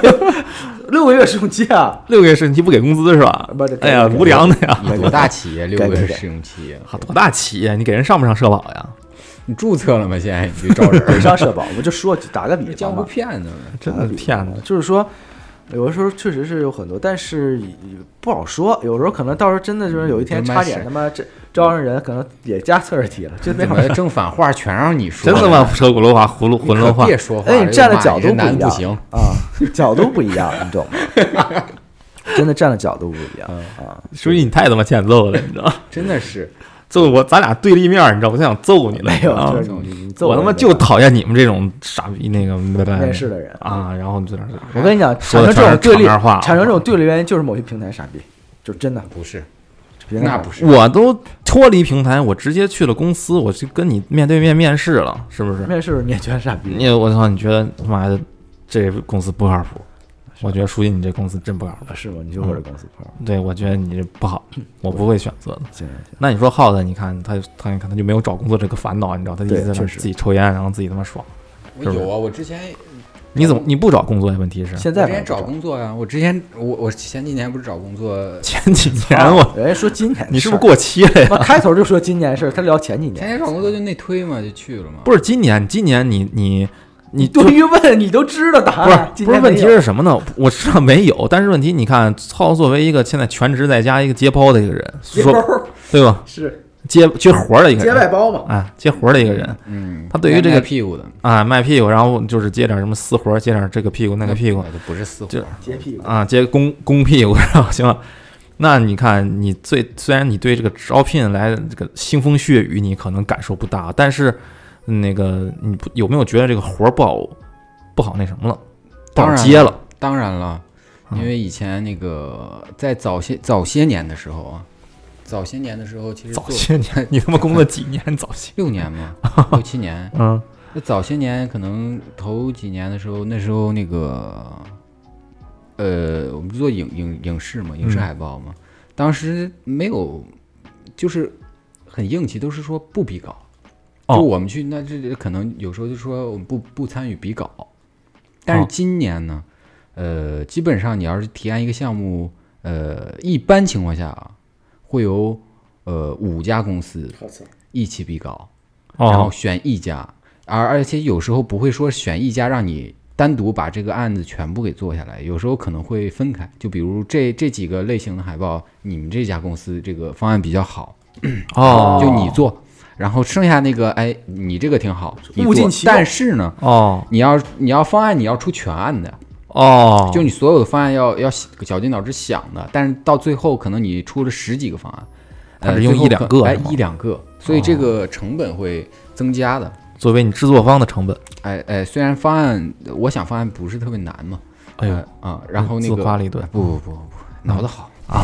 ，6个月试用期啊 ，6个月试用期不给工资是吧？哎呀，无良的呀！ 你多大企业6个月试用期？ 多大企业？你给人上不上社保呀？ 你注册了吗？现在你就招人没上社保，我就说打个比方， 江湖骗子， 真的骗子。 就是说，有的时候确实是有很多，但是不好说。有时候可能到时候真的就是有一天差点他妈招上人，可能也加测试题了，就没好正反话全让你说， 真他妈扯骨头话、混乱话。 别说话， 哎，你站的角度不一样啊，角度不一样，你懂吗？真的站的角度不一样啊！ 所以你太他妈欠揍了，你知道吗？ 真的是。 揍咱俩对立面，你知道，我想揍你了。 没有， 我他妈就讨厌你们这种傻逼那个面试的人啊！然后就我跟你讲，产生这种对立，产生这种对立原因就是某些平台傻逼，就真的不是， 那不是。 我都脱离平台，我直接去了公司，我去跟你面对面面试了，是不是？ 面试你也觉得傻逼？ 我操，你觉得他妈的这公司不靠谱？我觉得书记你这公司真不靠谱， 是吗？你觉得我这公司不靠谱？ 对，我觉得你这不好，我不会选择的。 行。 那你说耗子，你看他就没有找工作这个烦恼，你知道，他一直在自己抽烟，然后自己他妈爽。 我有啊，我之前你不找工作呀？问题是现在之前找工作呀，我前几年不是找工作？ 前几年人家说今年， 你是不是过期了呀？ 开头就说今年事，他聊前几年。 前年找工作就内推嘛，就去了嘛。 不是今年你你多余问，你都知道答案。 不是问题是什么呢？我知道没有，但是问题你看，操作为一个现在全职在家一个接包的一个人，说对吧？ 是接活的一个人， 接外包嘛， 啊，接活的一个人，他对于这个卖屁股的啊，卖屁股，然后就是接点什么私活，接点这个屁股那个屁股， 不是私活， 接屁股啊，接公屁股，然后行了。那你看，你虽然你对这个招聘来这个腥风血雨，你可能感受不大，但是那个你有没有觉得这个活不好那什么了？不好接了？ 当然了，因为以前那个在早些年的时候啊，其实早些年，你他妈工作几年？早些 6年嘛，6、7年。 嗯， 那早些年可能头几年的时候，那时候那个。我们做影视嘛，影视海报嘛，当时没有，就是很硬气，都是说不比稿，就我们去，那这可能有时候就说我们不参与比稿，但是今年呢，基本上你要是提案一个项目，一般情况下啊，会有5家公司一起比稿，然后选1家，而且有时候不会说选1家让你。单独把这个案子全部给做下来，有时候可能会分开。就比如这几个类型的海报，你们这家公司这个方案比较好，就你做，然后剩下那个，哎，你这个挺好，你做。但是呢，你要方案，你要出全案的，就你所有的方案要绞尽脑汁想的，但是到最后可能你出了10几个方案， 它是用1、2个， 哎，1、2个，所以这个成本会增加的。 作为你制作方的成本， 虽然方案，我想方案不是特别难嘛，然后那个自夸了一顿， 不，脑子好啊，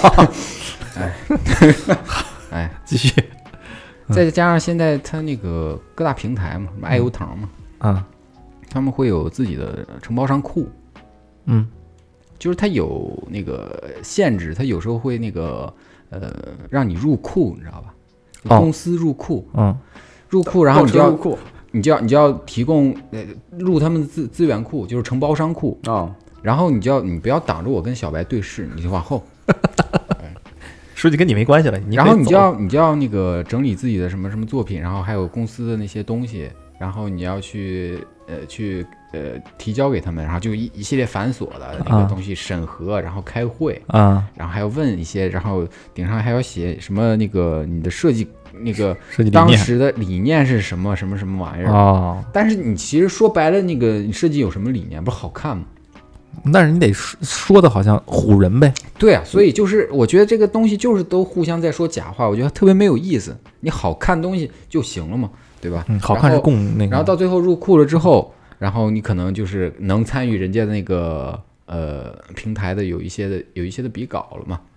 继续， 再加上现在它那个各大平台嘛，什么爱优腾嘛，他们会有自己的承包商库，就是它有那个限制，它有时候会那个让你入库，你知道吧？公司入库，入库，然后你就要提供入他们的资源库，就是承包商库然后你不要挡着我跟小白对视，你就往后。 书记跟你没关系了， 然后你就要那个整理自己的什么什么作品，然后还有公司的那些东西，然后你要去提交给他们，然后就一系列繁琐的那个东西审核，然后开会然后还要问一些，然后顶上还要写什么那个你的设计。那个当时的理念是什么什么什么玩意儿但是你其实说白了，那个你设计有什么理念，不是好看吗？ 但是你得说的好像唬人呗。 对啊，所以就是我觉得这个东西就是都互相在说假话，我觉得特别没有意思。你好看东西就行了嘛，对吧？ 好看是供那个。 然后到最后入库了之后，然后你可能就是能参与人家的那个平台的有一些的比稿了嘛。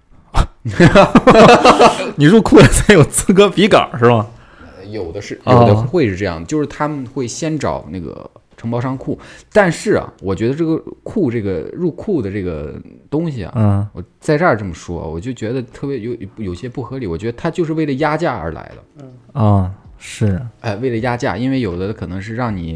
你入库了才有资格比稿是吗？ 有的会是这样，就是他们会先找那个承包商库，但是啊，我觉得这个库这个入库的这个东西啊，我在这儿这么说，我就觉得特别有些不合理。我觉得它就是为了压价而来的。 是， 为了压价，因为有的可能是让你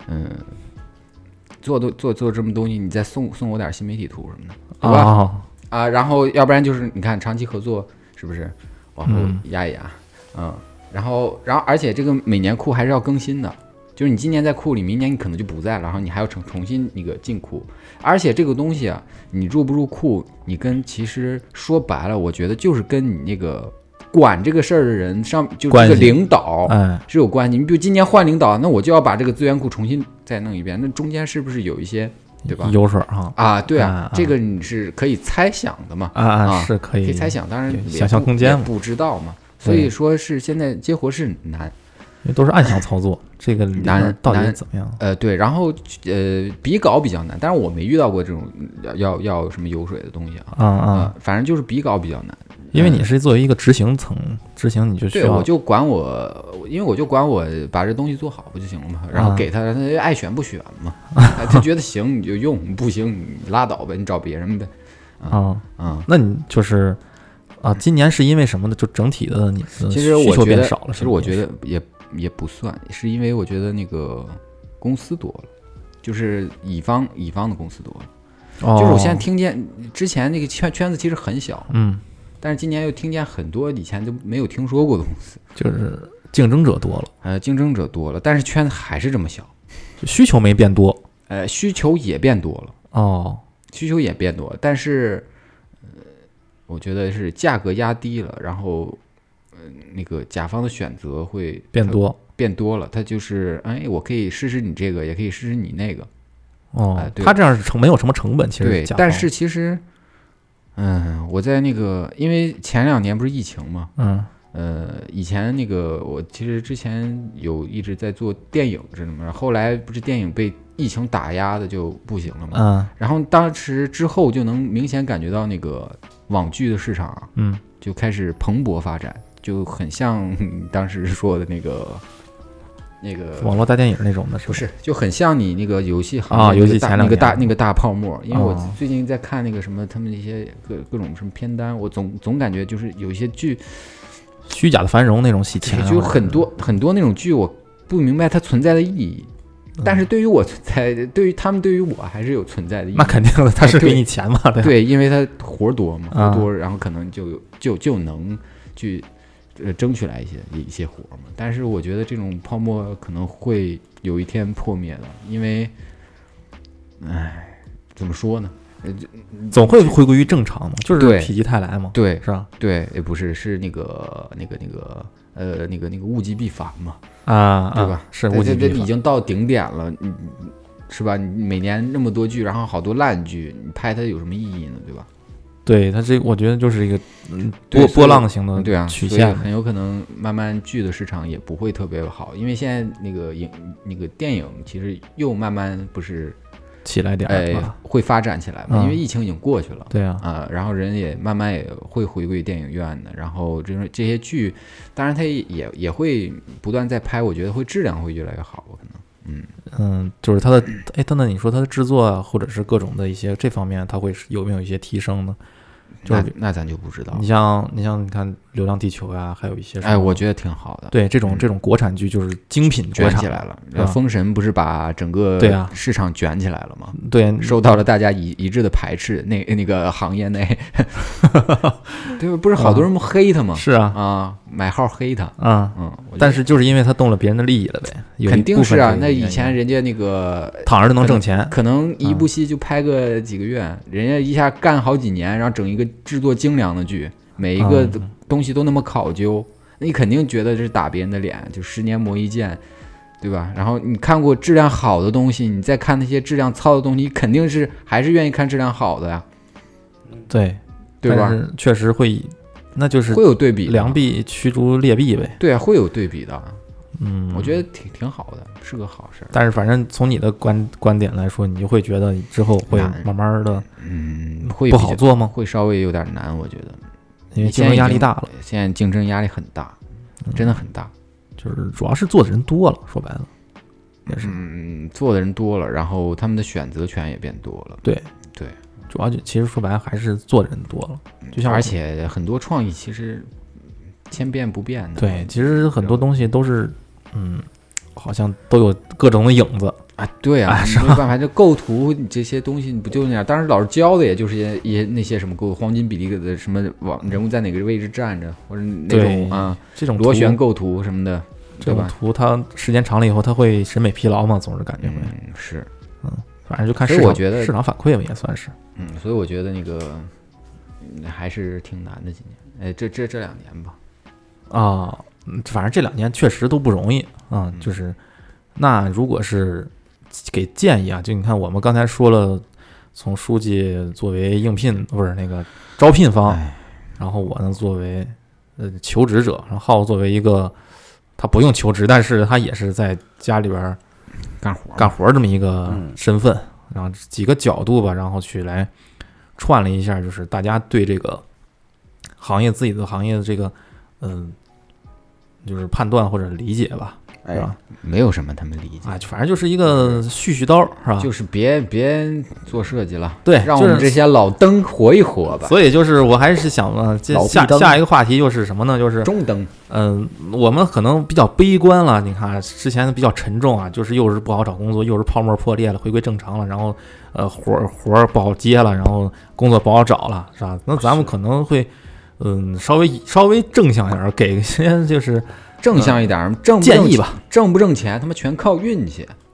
做这么东西，你再送我点新媒体图什么的，对吧？然后要不然就是你看长期合作是不是往后压一压，然后而且这个每年库还是要更新的，就是你今年在库里，明年你可能就不在了，然后你还要重新那个进库，而且这个东西啊，你入不入库，你其实说白了，我觉得就是跟你那个管这个事儿的人就是这个领导是有关系。你比如今年换领导，那我就要把这个资源库重新再弄一遍，那中间是不是有一些？对吧？ 油水对啊，这个你是可以猜想的嘛？ 是可以猜想，当然想象空间不知道嘛。所以说是现在接活是难， 因为都是暗箱操作，这个难到底怎么样？ 对，然后比稿比较难，但是我没遇到过这种要什么油水的东西反正就是比稿比较难。 因为你是作为一个执行你就需要， 对，我就管我把这东西做好不就行了吗？然后给他爱选不选嘛，他觉得行你就用，不行你拉倒呗，你找别人呗。 那你就是今年是因为什么呢？就整体的你的需求变少了。 其实我觉得也不算，是因为我觉得那个公司多了，就是乙方的公司多了。就是我现在听见之前那个圈子其实很小，但是今年又听见很多以前都没有听说过的公司， 就是竞争者多了， 竞争者多了，但是圈子还是这么小， 需求没变多， 需求也变多了哦， 需求也变多，但是我觉得是价格压低了，然后那个甲方的选择会变多了，他就是我可以试试你这个，也可以试试你那个。 他这样是没有什么成本，其实对，但是其实我在那个，因为前2年不是疫情嘛，以前那个我其实之前一直在做电影，知道吗？后来不是电影被疫情打压的就不行了嘛，然后当时之后就能明显感觉到那个网剧的市场，就开始蓬勃发展，就很像当时说的那个网络大电影那种的， 不是，就很像你那个游戏行业游戏前2年那个大泡沫。因为我最近在看那个什么他们那些各种什么片单，我总感觉就是有一些剧虚假的繁荣那种喜庆， 就很多那种剧，我不明白它存在的意义。但是对于我存在，对于我还是有存在的意义。 那肯定的，他是给你钱嘛， 对，因为他活多嘛，活多，然后可能就能去争取来一些活嘛。但是我觉得这种泡沫可能会有一天破灭的，因为，怎么说呢？ 总会回归于正常嘛，就是否极泰来嘛， 对， 是吧？ 对，也不是，是那个物极必反嘛，对吧？ 是物极必反， 已经到顶点了，是吧？你每年那么多剧，然后好多烂剧，你拍它有什么意义呢？对吧？ 对，它我觉得就是一个波浪型的曲线， 很有可能慢慢剧的市场也不会特别好，因为现在那个电影其实又慢慢不是起来点会发展起来嘛，因为疫情已经过去了， 对啊， 然后人也慢慢也会回归电影院的，然后这些剧，当然它也会不断在拍，我觉得质量会越来越好，可能。 就是它的等等，你说它的制作啊，或者是各种的一些这方面，它会有没有一些提升呢？ 那咱就不知道。 你像你看《流浪地球》呀，还有一些我觉得挺好的。 对，这种国产剧就是精品卷起来了。封神不是把整个市场卷起来了吗？ 对， 受到了大家一致的排斥。那个行业内，对吧？不是好多人黑他吗？ 是啊， 买号黑他但是就是因为他动了别人的利益了呗。 肯定是啊，那以前人家那个躺着就能挣钱， 可能一部戏就拍个几个月，人家一下干好几年，然后整一个制作精良的剧，每一个东西都那么考究，那你肯定觉得这是打别人的脸，就10年磨一剑，对吧？然后你看过质量好的东西，你再看那些质量糙的东西，你肯定是还是愿意看质量好的呀， 对吧？ 确实会，那就是会有对比， 良币驱逐劣币呗。 对啊，会有对比的。我觉得挺好的，是个好事。 但是反正从你的观点来说，你就会觉得之后会慢慢的， 会不好做吗？ 会稍微有点难，我觉得， 因为竞争压力大了。 现在竞争压力很大，真的很大。 就是主要是做的人多了，说白了，也是。 做的人多了，然后他们的选择权也变多了。 对，主要其实说白了还是做的人多了，就像而且很多创意其实千变不变的。 对，其实很多东西都是。好像都有各种的影子啊，对啊，没有办法，这构图这些东西你不就那样？当时老师教的也就是一些那些什么构黄金比例的什么人物在哪个位置站着，或者那种这种螺旋构图什么的， 这种图它时间长了以后，它会审美疲劳嘛，总是感觉会是， 反正就看市场反馈吧，也算是， 所以我觉得那个还是挺难的，今年，这2年吧， 反正这2年确实都不容易就是那如果是给建议啊，就你看我们刚才说了，从书记作为应聘不是那个招聘方，然后我呢作为求职者，然后浩作为一个他不用求职，但是他也是在家里边干活这么一个身份，然后几个角度吧，然后去来串了一下，就是大家对这个行业自己的行业的这个就是判断或者理解吧，是吧？ 没有什么他们理解反正就是一个絮叨，是吧？ 就是别做设计了， 对， 让我们这些老灯活一活吧。 所以就是我还是想下一个话题就是什么呢？就是中灯。 我们可能比较悲观了。你看之前比较沉重啊，就是又是不好找工作，又是泡沫破裂了，回归正常了，然后活不好接了，然后工作不好找了，是吧？那咱们可能会。稍微正向一点，给一些就是正向一点，建议吧。挣不挣钱，他妈全靠运气。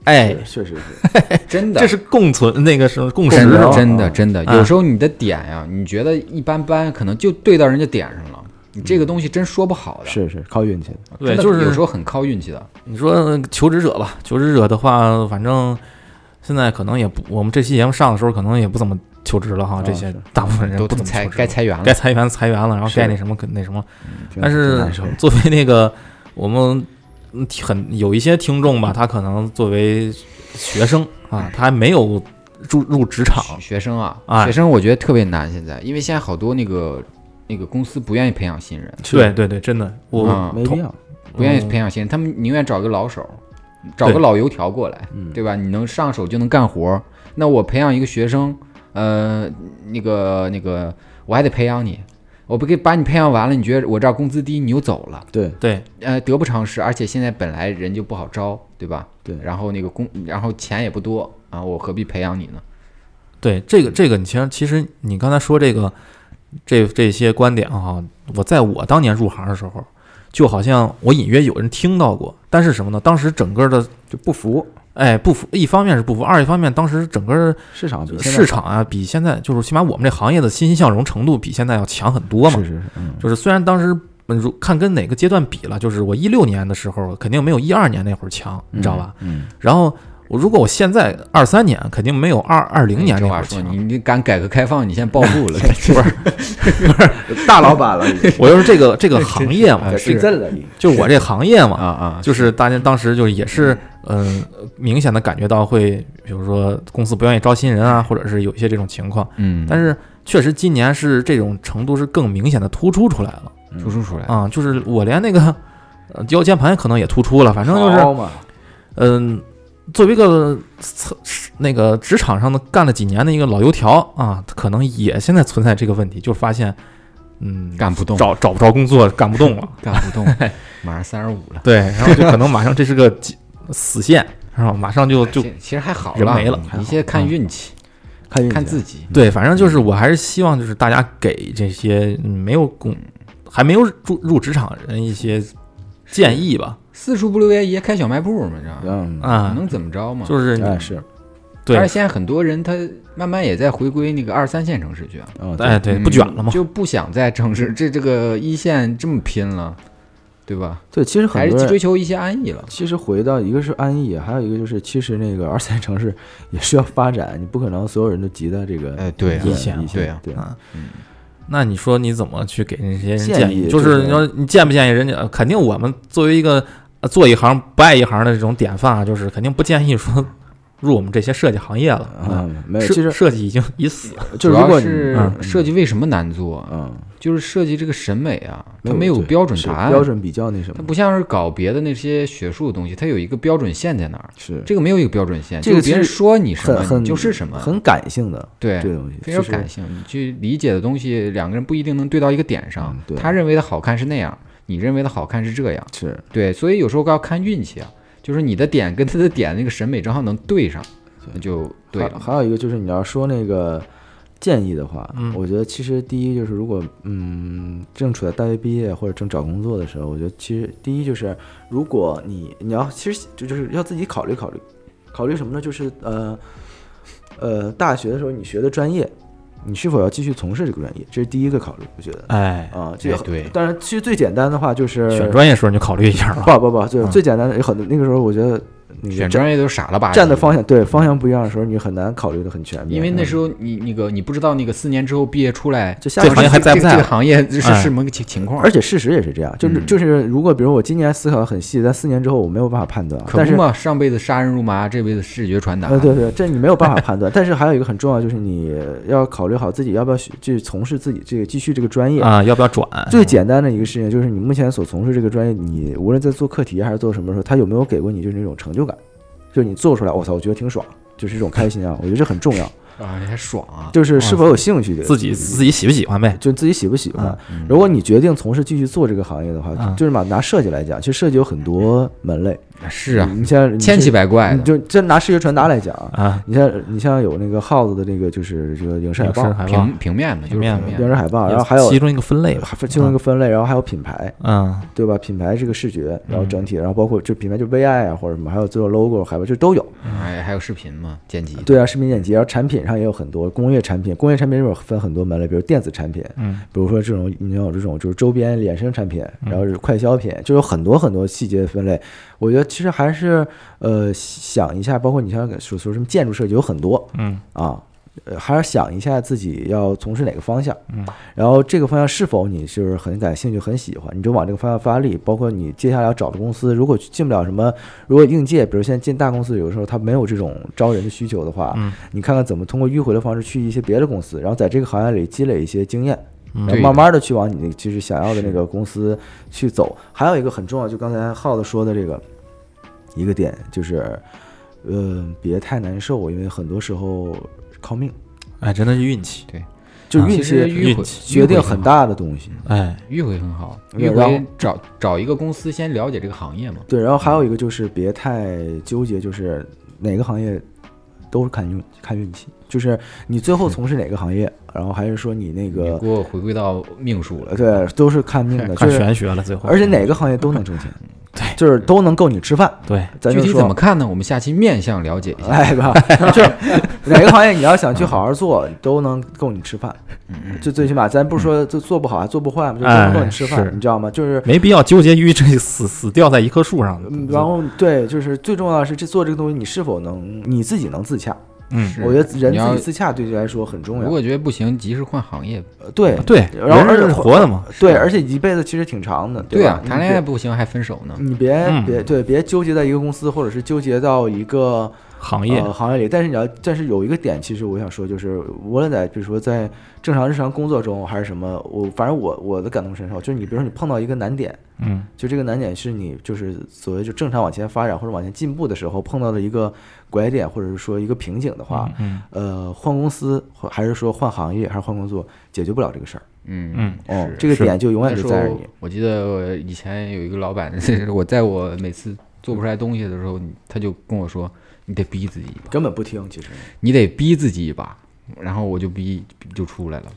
哎， 确实是真的， 这是共存那个是共识， 真的，有时候你的点呀，你觉得一般般，可能就对到人家点上了。你这个东西真说不好的， 是靠运气的。对，就是有时候很靠运气的。 你说求职者吧，求职者的话，反正现在可能也不，我们这期节目上的时候可能也不怎么求职了哈。这些大部分人都不怎么该裁员了， 该裁员了，然后该那什么。但是作为那个我们有一些听众吧，他可能作为学生啊，他还没有入职场。 学生啊，学生我觉得特别难现在，因为现在好多那个公司不愿意培养新人。 对，真的，我没必要， 不愿意培养新人，他们宁愿找个老手，找个老油条过来，对吧？你能上手就能干活，那我培养一个学生，那个我还得培养你。我不给把你培养完了，你觉得我这儿工资低，你又走了， 对， 得不偿失。而且现在本来人就不好招，对吧？ 对， 然后然后钱也不多啊，我何必培养你呢？ 对，这个，其实你刚才说这些观点哈，在我当年入行的时候，就好像我隐约有人听到过，但是什么呢？当时整个的就不服。 不服，一方面是不服，二一方面当时整个市场啊，比现在就是起码我们这行业的欣欣向荣程度比现在要强很多嘛。 是， 就是虽然当时看跟哪个阶段比了，就是我16年的时候肯定没有12年那会儿强，你知道吧？然后如果我现在23年，肯定没有20年那会儿强。 你敢改革开放，你现在暴露了， 不是大老板了。 我就是这个行业嘛，就是我这行业嘛， 就是大家当时就也是。明显的感觉到会，比如说公司不愿意招新人啊，或者是有一些这种情况。但是确实今年是这种程度是更明显的突出出来了，啊，就是我连那个腰间盘可能也突出了，反正就是，作为一个那个职场上的干了几年的一个老油条啊，可能也现在存在这个问题，就发现。 干不动， 找不着工作，干不动了， 干不动，马上35了。 对，然后就可能马上这是个死线，然后马上就其实还好， 人没了。 一切看运气，看自己。 对，反正就是我还是希望就是大家给这些还没有入职场的人一些建议吧。 四处不留爷，开小卖部嘛，这样啊， 能怎么着嘛？ 就是是。 对， 但是现在很多人他慢慢也在回归那个2、3线城市去对，不卷了嘛， 就不想在城市这个一线这么拼了，对吧？ 对，其实还是追求一些安逸了。 其实回到一个是安逸，还有一个就是其实那个2、3线城市也需要发展，你不可能所有人都急在这个一线， 对啊， 那你说你怎么去给那些人建议？就是你说你建不建议人家？肯定我们作为一个做一行不爱一行的这种典范，就是肯定不建议说。入我们这些设计行业了没有，其实设计已死了。 主要是设计为什么难做？就是设计这个审美啊，它没有标准答案， 标准比较那什么。 它不像是搞别的那些学术的东西，它有一个标准线在那儿。 是这个没有一个标准线， 这个别人说你什么，你就是什么， 很感性的。 对， 这个东西非常感性。你去理解的东西，两个人不一定能对到一个点上。他认为的好看是那样，你认为的好看是这样。 是对，所以有时候要看运气啊，就是你的点跟他的点那个审美正好能对上。那就对了。 还有一个就是你要说那个建议的话，我觉得其实第一就是如果正处在大学毕业或者正找工作的时候，我觉得其实第一就是如果你要其实就是要自己考虑什么呢？就是大学的时候你学的专业，你是否要继续从事这个专业，这是第一个考虑。我觉得这个对。 当然其实最简单的话就是选专业时候你就考虑一下了。 不，就最简单的很多那个时候我觉得。 选专业都傻了吧？ 站的方向不一样的时候，你很难考虑的很全面。 因为那时候你不知道那个4年之后毕业出来， 这行业还在不在？ 这个行业是什么情况？ 而且事实也是这样，就是如果比如我今年思考的很细，在4年之后我没有办法判断。 可不嘛，上辈子杀人如麻，这辈子视觉传达。 对，这你没有办法判断。但是还有一个很重要，就是你要考虑好自己要不要去从事自己这个继续这个专业啊，要不要转？ 最简单的一个事情就是你目前所从事这个专业，你无论在做课题还是做什么时候，它有没有给过你就是那种成就感？就是你做出来，我操，我觉得挺爽，就是这种开心啊，我觉得这很重要。 啊，你还爽啊！ 就是是否有兴趣的， 自己喜不喜欢呗， 就自己喜不喜欢。如果你决定从事继续做这个行业的话，就是拿设计来讲，其实设计有很多门类。 是啊， 你像千奇百怪的， 就真拿视觉传达来讲啊，你像有那个耗子的那个就是这个影视海报， 平面的，就是影视海报，然后还有其中一个分类， 然后还有品牌，对吧？品牌这个视觉，然后整体，然后包括就品牌就 VI 啊或者什么，还有最后 logo 海报就都有， 还有视频嘛，剪辑， 对啊，视频剪辑，然后产品上也有很多工业产品里面分很多门类，比如电子产品，比如说这种你有这种就是周边衍生产品，然后是快消品，就有很多很多细节的分类。我觉得其实还是想一下，包括你像说什么建筑设计有很多，还是想一下自己要从事哪个方向，然后这个方向是否你就是很感兴趣、很喜欢，你就往这个方向发力。包括你接下来要找的公司，如果进不了什么，如果应届，比如现在进大公司，有时候他没有这种招人的需求的话，你看看怎么通过迂回的方式去一些别的公司，然后在这个行业里积累一些经验。然后慢慢的去往你就是想要的那个公司去走。还有一个很重要，就刚才耗子说的这个一个点，就是别太难受，因为很多时候靠命， 真的是运气， 对， 就运气决定很大的东西， 迂回很好，迂回找一个公司先了解这个行业嘛， 对，然后还有一个就是别太纠结，就是哪个行业都是看运气，就是你最后从事哪个行业，然后还是说你那个给我回归到命数了， 对，都是看命的， 看玄学了最后， 而且哪个行业都能挣钱， 对， 就是都能够你吃饭， 对， 具体怎么看呢？我们下期面向了解一下，就是哪个行业你要想去好好做，都能够你吃饭，就最起码咱不是说就做不好还做不坏嘛，就都能够你吃饭，你知道吗？就是没必要纠结于这死掉在一棵树上， 然后对，就是最重要的是做这个东西你是否能你自己能自洽。我觉得人自己自洽对你来说很重要。 如果觉得不行，及时换行业。 对， 然后人是活的嘛。 对，而且一辈子其实挺长的， 对吧？ 谈恋爱不行还分手呢。 你别纠结在一个公司，或者是纠结到一个行业里。但是有一个点，其实我想说，就是无论在比如说在正常日常工作中还是什么，反正我的感同身受，就是你比如说你碰到一个难点，就这个难点是你就是所谓就正常往前发展或者往前进步的时候碰到的一个拐点，或者是说一个瓶颈的话，换公司还是说换行业还是换工作，解决不了这个事儿。这个点就永远就在你。 我记得我以前有一个老板，我每次做不出来东西的时候，他就跟我说：“你得逼自己一把。” 根本不听，其实你得逼自己一把。然后我就就出来了。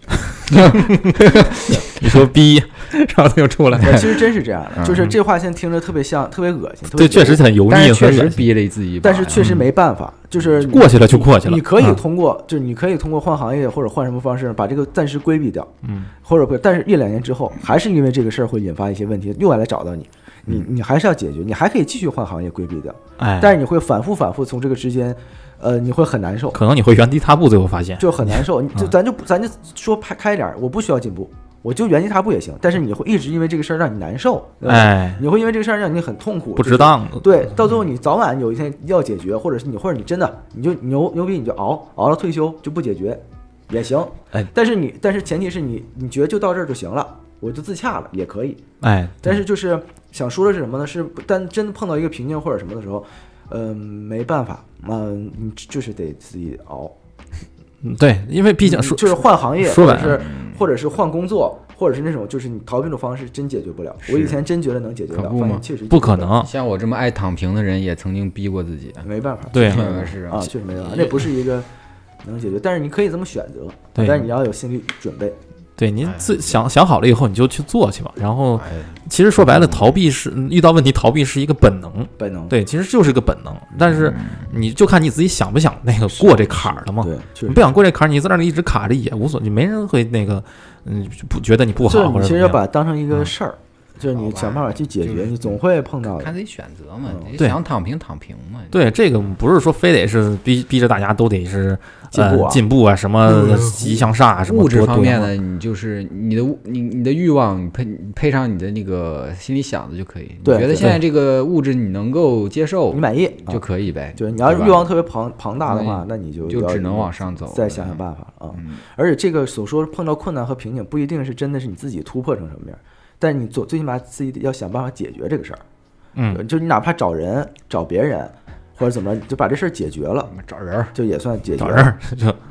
你说逼，然后他就出来了。 其实真是这样的，就是这话现在听着特别恶心， 对，确实很油腻， 但是确实逼了自己一把， 但是确实没办法，就是过去了就过去了。 你可以通过，就是你可以通过换行业或者换什么方式把这个暂时规避掉，或者但是1-2年之后，还是因为这个事儿会引发一些问题，又来找到你。你还是要解决，你还可以继续换行业规避掉，但是你会反复从这个之间，你会很难受， 可能你会原地踏步，最后发现就很难受。咱就说开一点，我不需要进步，我就原地踏步也行。但是你会一直因为这个事儿让你难受，你会因为这个事儿让你很痛苦， 不值当。 对，到最后你早晚有一天要解决，或者你真的你就牛逼，你就熬到退休就不解决也行。但是前提是你觉得就到这儿就行了。我就自洽了也可以，但是就是想说的是什么呢？是但真的碰到一个瓶颈或者什么的时候，没办法，你就是得自己熬。 对，因为毕竟就是换行业， 说白了或者是换工作，或者是那种就是你逃避的方式，真解决不了。我以前真觉得能解决了，发现确实不可能。 像我这么爱躺平的人，也曾经逼过自己， 没办法。 对， 是啊，确实没办法，那不是一个能解决，但是你可以这么选择，但是你要有心理准备。 对，您想好了以后，你就去做去吧。然后，其实说白了，逃避是遇到问题，逃避是一个本能。对，其实就是个本能。但是你就看你自己想不想那个过这坎儿了嘛。 对， 你不想过这坎儿，你在那里一直卡着也无所谓，没人会那个不觉得你不好。 你其实要把它当成一个事儿。就是你想办法去解决，你总会碰到的。 看自己选择嘛，你想躺平嘛。 对，这个不是说非得是逼着大家都得是进步啊，什么积极向上，什么物质方面的，你就是你的欲望，你配上你的那个心里想的就可以。 对， 你觉得现在这个物质你能够接受， 你满意就可以呗。 对，你要是欲望特别庞大的话，那你就只能往上走， 再想办法啊。而且这个所说碰到困难和瓶颈，不一定是真的是你自己突破成什么样。但是你最起码自己要想办法解决这个事儿，就你哪怕找别人或者怎么，就把这事儿解决了， 找人就也算解决了，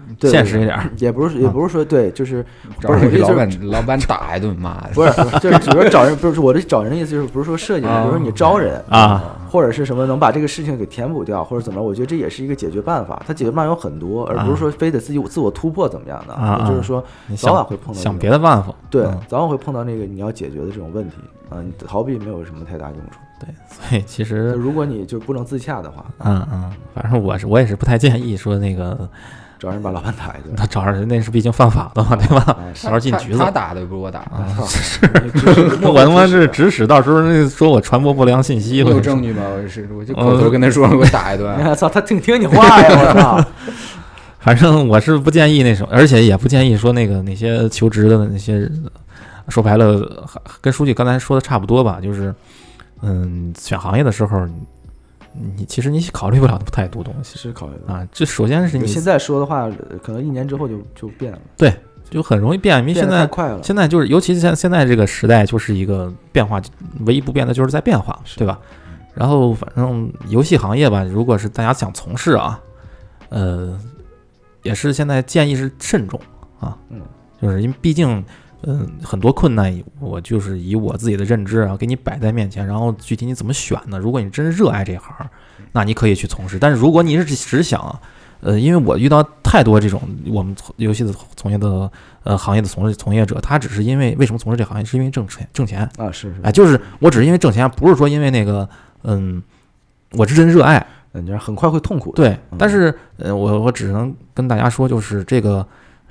现实一点， 也不是说对，就是找人给老板打一顿骂， 不是，就是只是找人，不是我这找人的意思，就是不是说设计，比如说你招人或者是什么能把这个事情给填补掉，或者怎么，我觉得这也是一个解决办法。它解决办法有很多，而不是说非得自我突破怎么样的，就是说早晚会碰到想别的办法， 对，早晚会碰到那个你要解决的这种问题你逃避没有什么太大用处。 对，所以其实如果你就不能自洽的话， 反正我也是不太建议说那个找人把老板打一顿， 他找人那是毕竟犯法的嘛，对吧？到时候进局子。 他打的不是我打的， 是我他妈是指使，到时候那说我传播不良信息， 有证据吗？我就口头跟他说，给我打一顿。 操，他听你话呀！我操。 反正我是不建议那种，而且也不建议说那些求职的那些，说白了跟书记刚才说的差不多吧，就是选行业的时候。其实你考虑不了太多东西， 是考虑这首先是你现在说的话，可能1年之后就变了。 对，就很容易变，因为现在快了。 现在就是，尤其是现在这个时代，就是一个变化，唯一不变的就是在变化，对吧？然后反正游戏行业吧，如果是大家想从事也是现在建议是慎重就是因为毕竟。很多困难，我就是以我自己的认知给你摆在面前，然后具体你怎么选呢？如果你真热爱这行，那你可以去从事。但是如果你是只想，因为我遇到太多这种我们游戏的从业的行业的从业者，他只是因为什么从事这行业，是因为挣钱啊，是就是我只是因为挣钱，不是说因为那个我是真热爱， 你很快会痛苦的。 对，但是我只能跟大家说，就是这个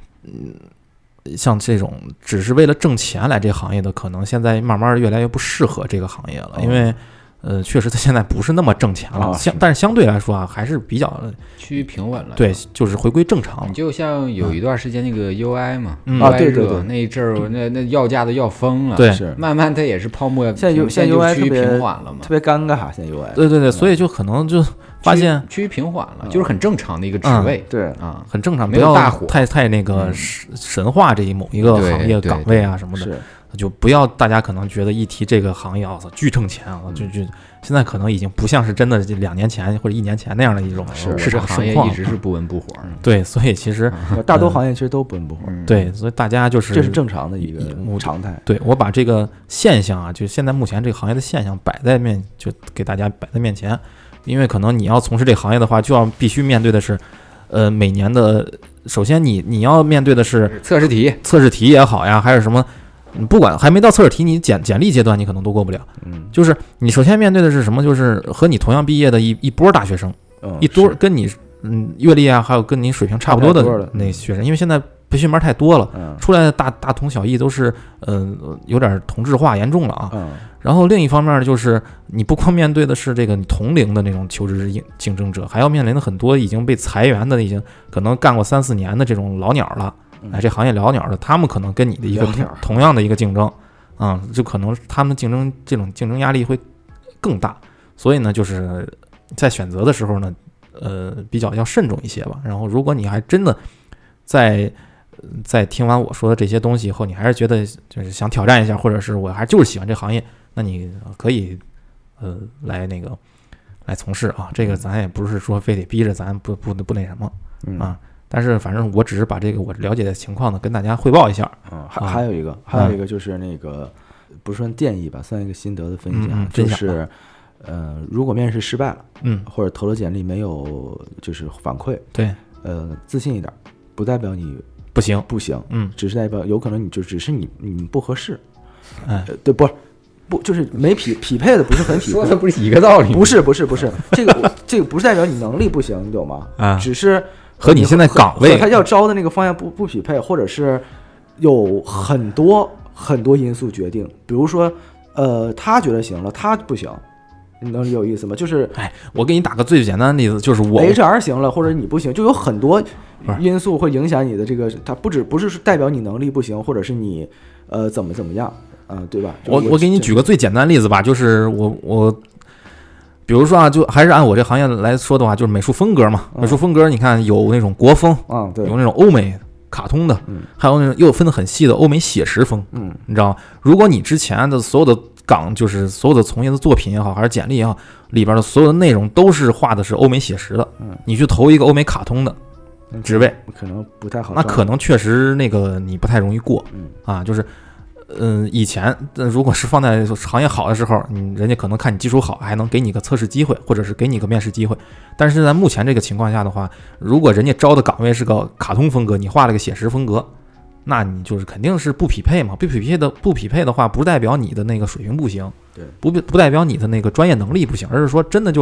像这种只是为了挣钱来这行业的，可能现在慢慢越来越不适合这个行业了，因为确实它现在不是那么挣钱了，但是相对来说还是比较趋于平稳了。 对，就是回归正常了。 你就像有一段时间那个 UI 嘛对， 那一阵儿那要价的要疯了， 对， 慢慢它也是泡沫， 现在 UI 趋于平缓了嘛， 特别尴尬。现在 UI 对，所以就可能就发现趋于平缓了，就是很正常的一个职位， 对很正常， 没有大火， 太那个神话这某一个行业岗位什么的，就不要大家可能觉得一提这个行业巨挣钱就现在可能已经不像是真的2年前或者1年前那样的一种市场行业一直是不温不火。 对，所以其实大多行业其实都不温不火。 对，所以大家就是这是正常的一个常态。 对，我把这个现象就现在目前这个行业的现象就给大家摆在面前，因为可能你要从事这个行业的话，就要必须面对的是每年的，首先你要面对的是测试题也好呀，还是什么。你不管还没到测试题，你简历阶段你可能都过不了。就是你首先面对的是什么？就是和你同样毕业的一波大学生，一多跟你阅历还有跟你水平差不多的那学生，因为现在培训班太多了，出来的大同小异都是有点同质化严重了然后另一方面就是你不光面对的是这个你同龄的那种求职竞争者，还要面临的很多已经被裁员的，已经可能干过3-4年的这种老鸟了。这行业老鸟的，他们可能跟你的一个同样的一个竞争，就可能他们这种竞争压力会更大，所以呢，就是在选择的时候呢，比较要慎重一些吧。然后，如果你还真的在听完我说的这些东西以后，你还是觉得就是想挑战一下，或者是我还就是喜欢这行业，那你可以来从事这个咱也不是说非得逼着咱不那什么但是反正我只是把这个我了解的情况呢跟大家汇报一下。 还有一个就是那个不算建议吧，算一个心得的分享，就是如果面试失败了，或者投了简历没有就是反馈， 对， 自信一点，不代表你不行，只是代表有可能你就只是你不合适，对，不就是没匹配的，不是很匹配， 说的不是一个道理， 不是，这个不是代表你能力不行，你懂吗？只是。 和你现在岗位他要招的那个方向不匹配，或者是有很多因素决定，比如说他觉得行了，他不行，你能有意思吗？就是我给你打个最简单的例子，就是我 HR 行了，或者你不行，就有很多因素会影响你的这个，它不是代表你能力不行，或者是你怎么样对吧？ 我给你举个最简单的例子吧，就是我比如说就还是按我这行业来说的话，就是美术风格嘛。美术风格，你看有那种国风， 对， 有那种欧美卡通的，还有那种又分得很细的欧美写实风，你知道吗？如果你之前的所有的就是所有的从业的作品也好，还是简历也好，里边的所有的内容都是画的是欧美写实的，你去投一个欧美卡通的， 职位， 可能不太好。 那可能确实那个你不太容易过，就是。以前如果是放在行业好的时候，人家可能看你技术好，还能给你个测试机会，或者是给你个面试机会。但是在目前这个情况下的话，如果人家招的岗位是个卡通风格，你画了个写实风格，那你就是肯定是不匹配嘛。不匹配的话，不代表你的那个水平不行， 对， 不代表你的那个专业能力不行，而是说真的就是，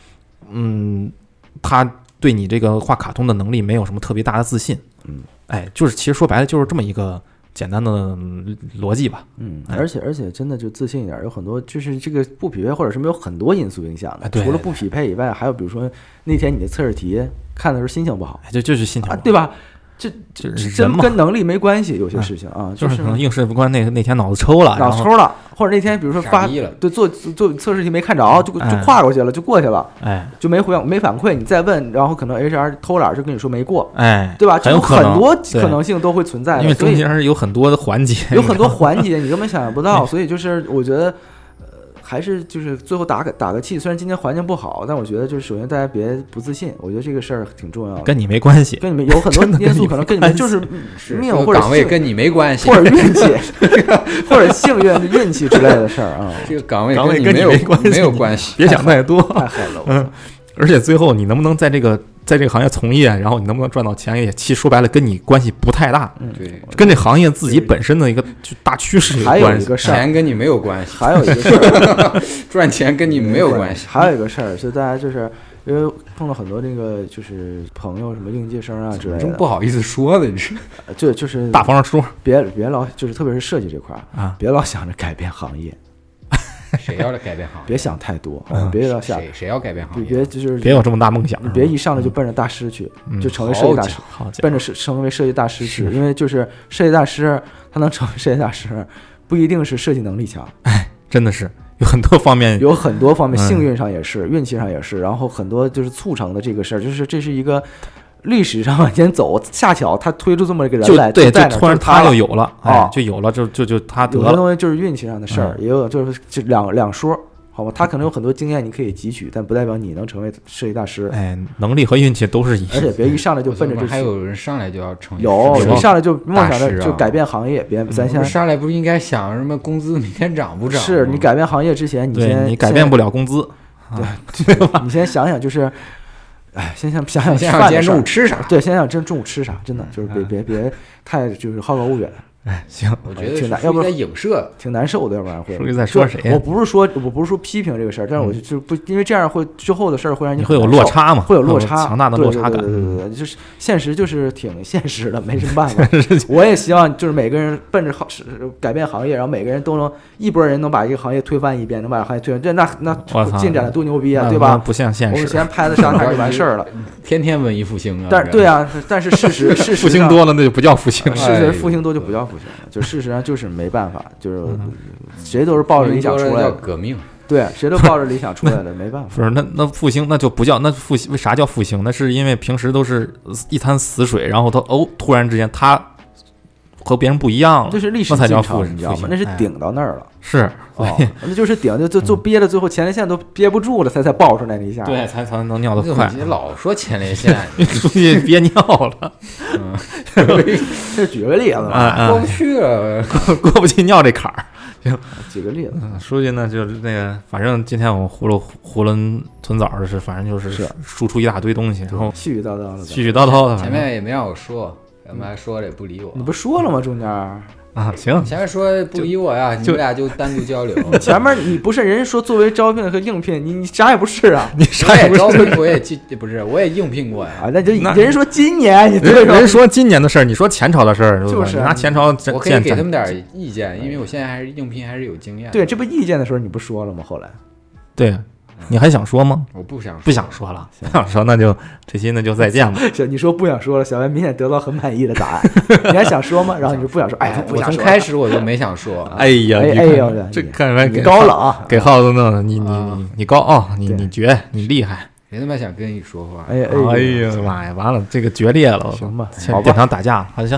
他对你这个画卡通的能力没有什么特别大的自信。就是其实说白了就是这么一个。简单的逻辑吧， 而且真的就自信一点，有很多就是这个不匹配或者是没有很多因素影响的，除了不匹配以外，还有比如说那天你的测试题看的时候心情不好， 就是心情不好， 对吧？这真跟能力没关系，有些事情就是可能应试不关，那天脑子抽了， 或者那天比如说对做测试题没看着，就跨过去了，就过去了，就没反馈，你再问，然后可能 HR 偷懒就跟你说没过，对吧？有很多可能性都会存在的， 因为中间有很多的环节， 你根本想象不到，所以就是我觉得。还是就是最后打个气，虽然今天环境不好，但我觉得就是首先大家别不自信，我觉得这个事儿挺重要的。 跟你没关系， 跟你们有很多因素可能跟你们就是命或者岗位跟你没关系， 或者运气，或者幸运气之类的事儿啊。 这个岗位跟你没有关系， 别想太多， 太狠了。 而且最后你能不能在这个行业从业，然后你能不能赚到钱，也其实说白了跟你关系不太大， 对， 跟这行业自己本身的一个大趋势有关系。 还有一个事儿， 钱跟你没有关系。 还有一个事儿， 赚钱跟你没有关系。 还有一个事儿，就大家就是因为碰到很多这个就是朋友什么应届生啊之类的， 真不好意思说的，你是就是大方说， 别老就是特别是设计这块别老想着改变行业。 谁要改变行业？ 别想太多，别要想谁要改变行业？ 别有这么大梦想， 你别一上来就奔着大师去，就成为设计大师，奔着成为设计大师去。因为就是设计大师，他能成为设计大师，不一定是设计能力强。 真的是有很多方面， 幸运上也是，运气上也是，然后很多就是促成的这个事儿，就是这是一个。历史上往前走，恰巧他推出这么一个人来， 对，就突然他就有了，就有了，就他得了。 有的东西就是运气上的事儿，也有就两说，好吧？他可能有很多经验你可以汲取，但不代表你能成为设计大师。 能力和运气都是一， 而且别一上来就奔着这。 还有人上来就要成有一上来就梦想着就改变行业，咱先上来不是应该想什么工资明天涨不涨？ 是你改变行业之前， 你改变不了工资， 对吧？你先想想就是。先想想今天中午吃啥？ 对，先想中午吃啥？真的就是别太就是好高骛远。 行， 我觉得挺难，要不在影射挺难受的，要不然会。 书记在说谁？ 我不是说批评这个事儿，但是我就不因为这样会之后的事儿会让你会有落差嘛？ 会有落差， 强大的落差感。 对，就是现实就是挺现实的，没什么办法。我也希望就是每个人奔着改变行业，然后每个人都能一波人能把一个行业推翻一遍，能把行业推翻，那进展的多牛逼啊，对吧？ 不像现实， 我们先拍的沙滩就完事儿了， 天天文艺复兴啊。 但是事实复兴多了那就不叫复兴了， 事实复兴多就不叫复兴了，就事实。就是没办法，就是谁都是抱着理想出来的， 革命。 对，谁都抱着理想出来的，没办法。 不是那复兴那就不叫那复兴，为啥叫复兴？那是因为平时都是一滩死水，然后他突然之间他和别人不一样了， 这是历史进程，你知道吗？那是顶到那儿了。 是那就是顶就憋着，最后前列腺都憋不住了，才爆出来那一下。 对，才能尿得快。 你老说前列腺， 出去憋尿了。 这举个例子吧，过不去了， 过不去尿这坎儿。行， 举个例子。 书记呢，就是那个，反正今天我们囫囵吞枣的是，反正就是输出一大堆东西，然后絮絮叨叨的。 前面也没让我说，干嘛说了也不理我。 你不说了吗？中间。 行， 前面说不理我呀，你们俩就单独交流。 前面你不是人家说作为招聘和应聘，你啥也不是啊， 你啥也不是。 我也应聘过呀。 那就人说今年， 人说今年的事儿，你说前朝的事儿， 就是拿前朝， 我可以给他们点意见，因为我现在还是应聘，还是有经验。 对，这不意见的时候你不说了吗？后来， 对。你还想说吗？ 我不想说了。想说那就这期那就再见吧。 行，你说不想说了，小白明显得到很满意的答案。你还想说吗？然后你就不想说。哎， 我从开始我就没想说。 哎呀，这看来你高冷， 给耗子弄的，你高傲，你绝，你厉害。 谁他妈想跟你说话？ 哎呀妈呀，完了，这个决裂了。 行吧， 典上打架，好像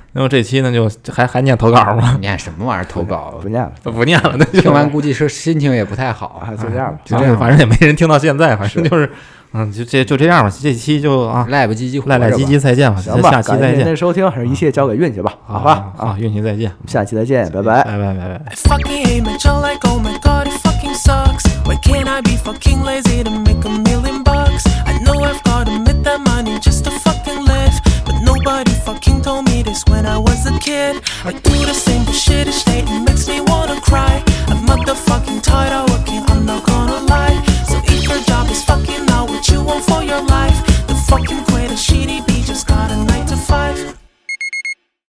那么这期呢就还念投稿吗？ 念什么玩意儿投稿？ 不念了， 不念了。那听完估计是心情也不太好， 就这样吧。 就这样，反正也没人听到现在，反正就是就这样吧。这期就赖不唧唧， 赖唧唧再见吧。 行吧， 下期再见。 感谢您收听，还是一切交给运气吧，好吧？ 啊，运气再见， 下期再见，拜拜， 拜拜。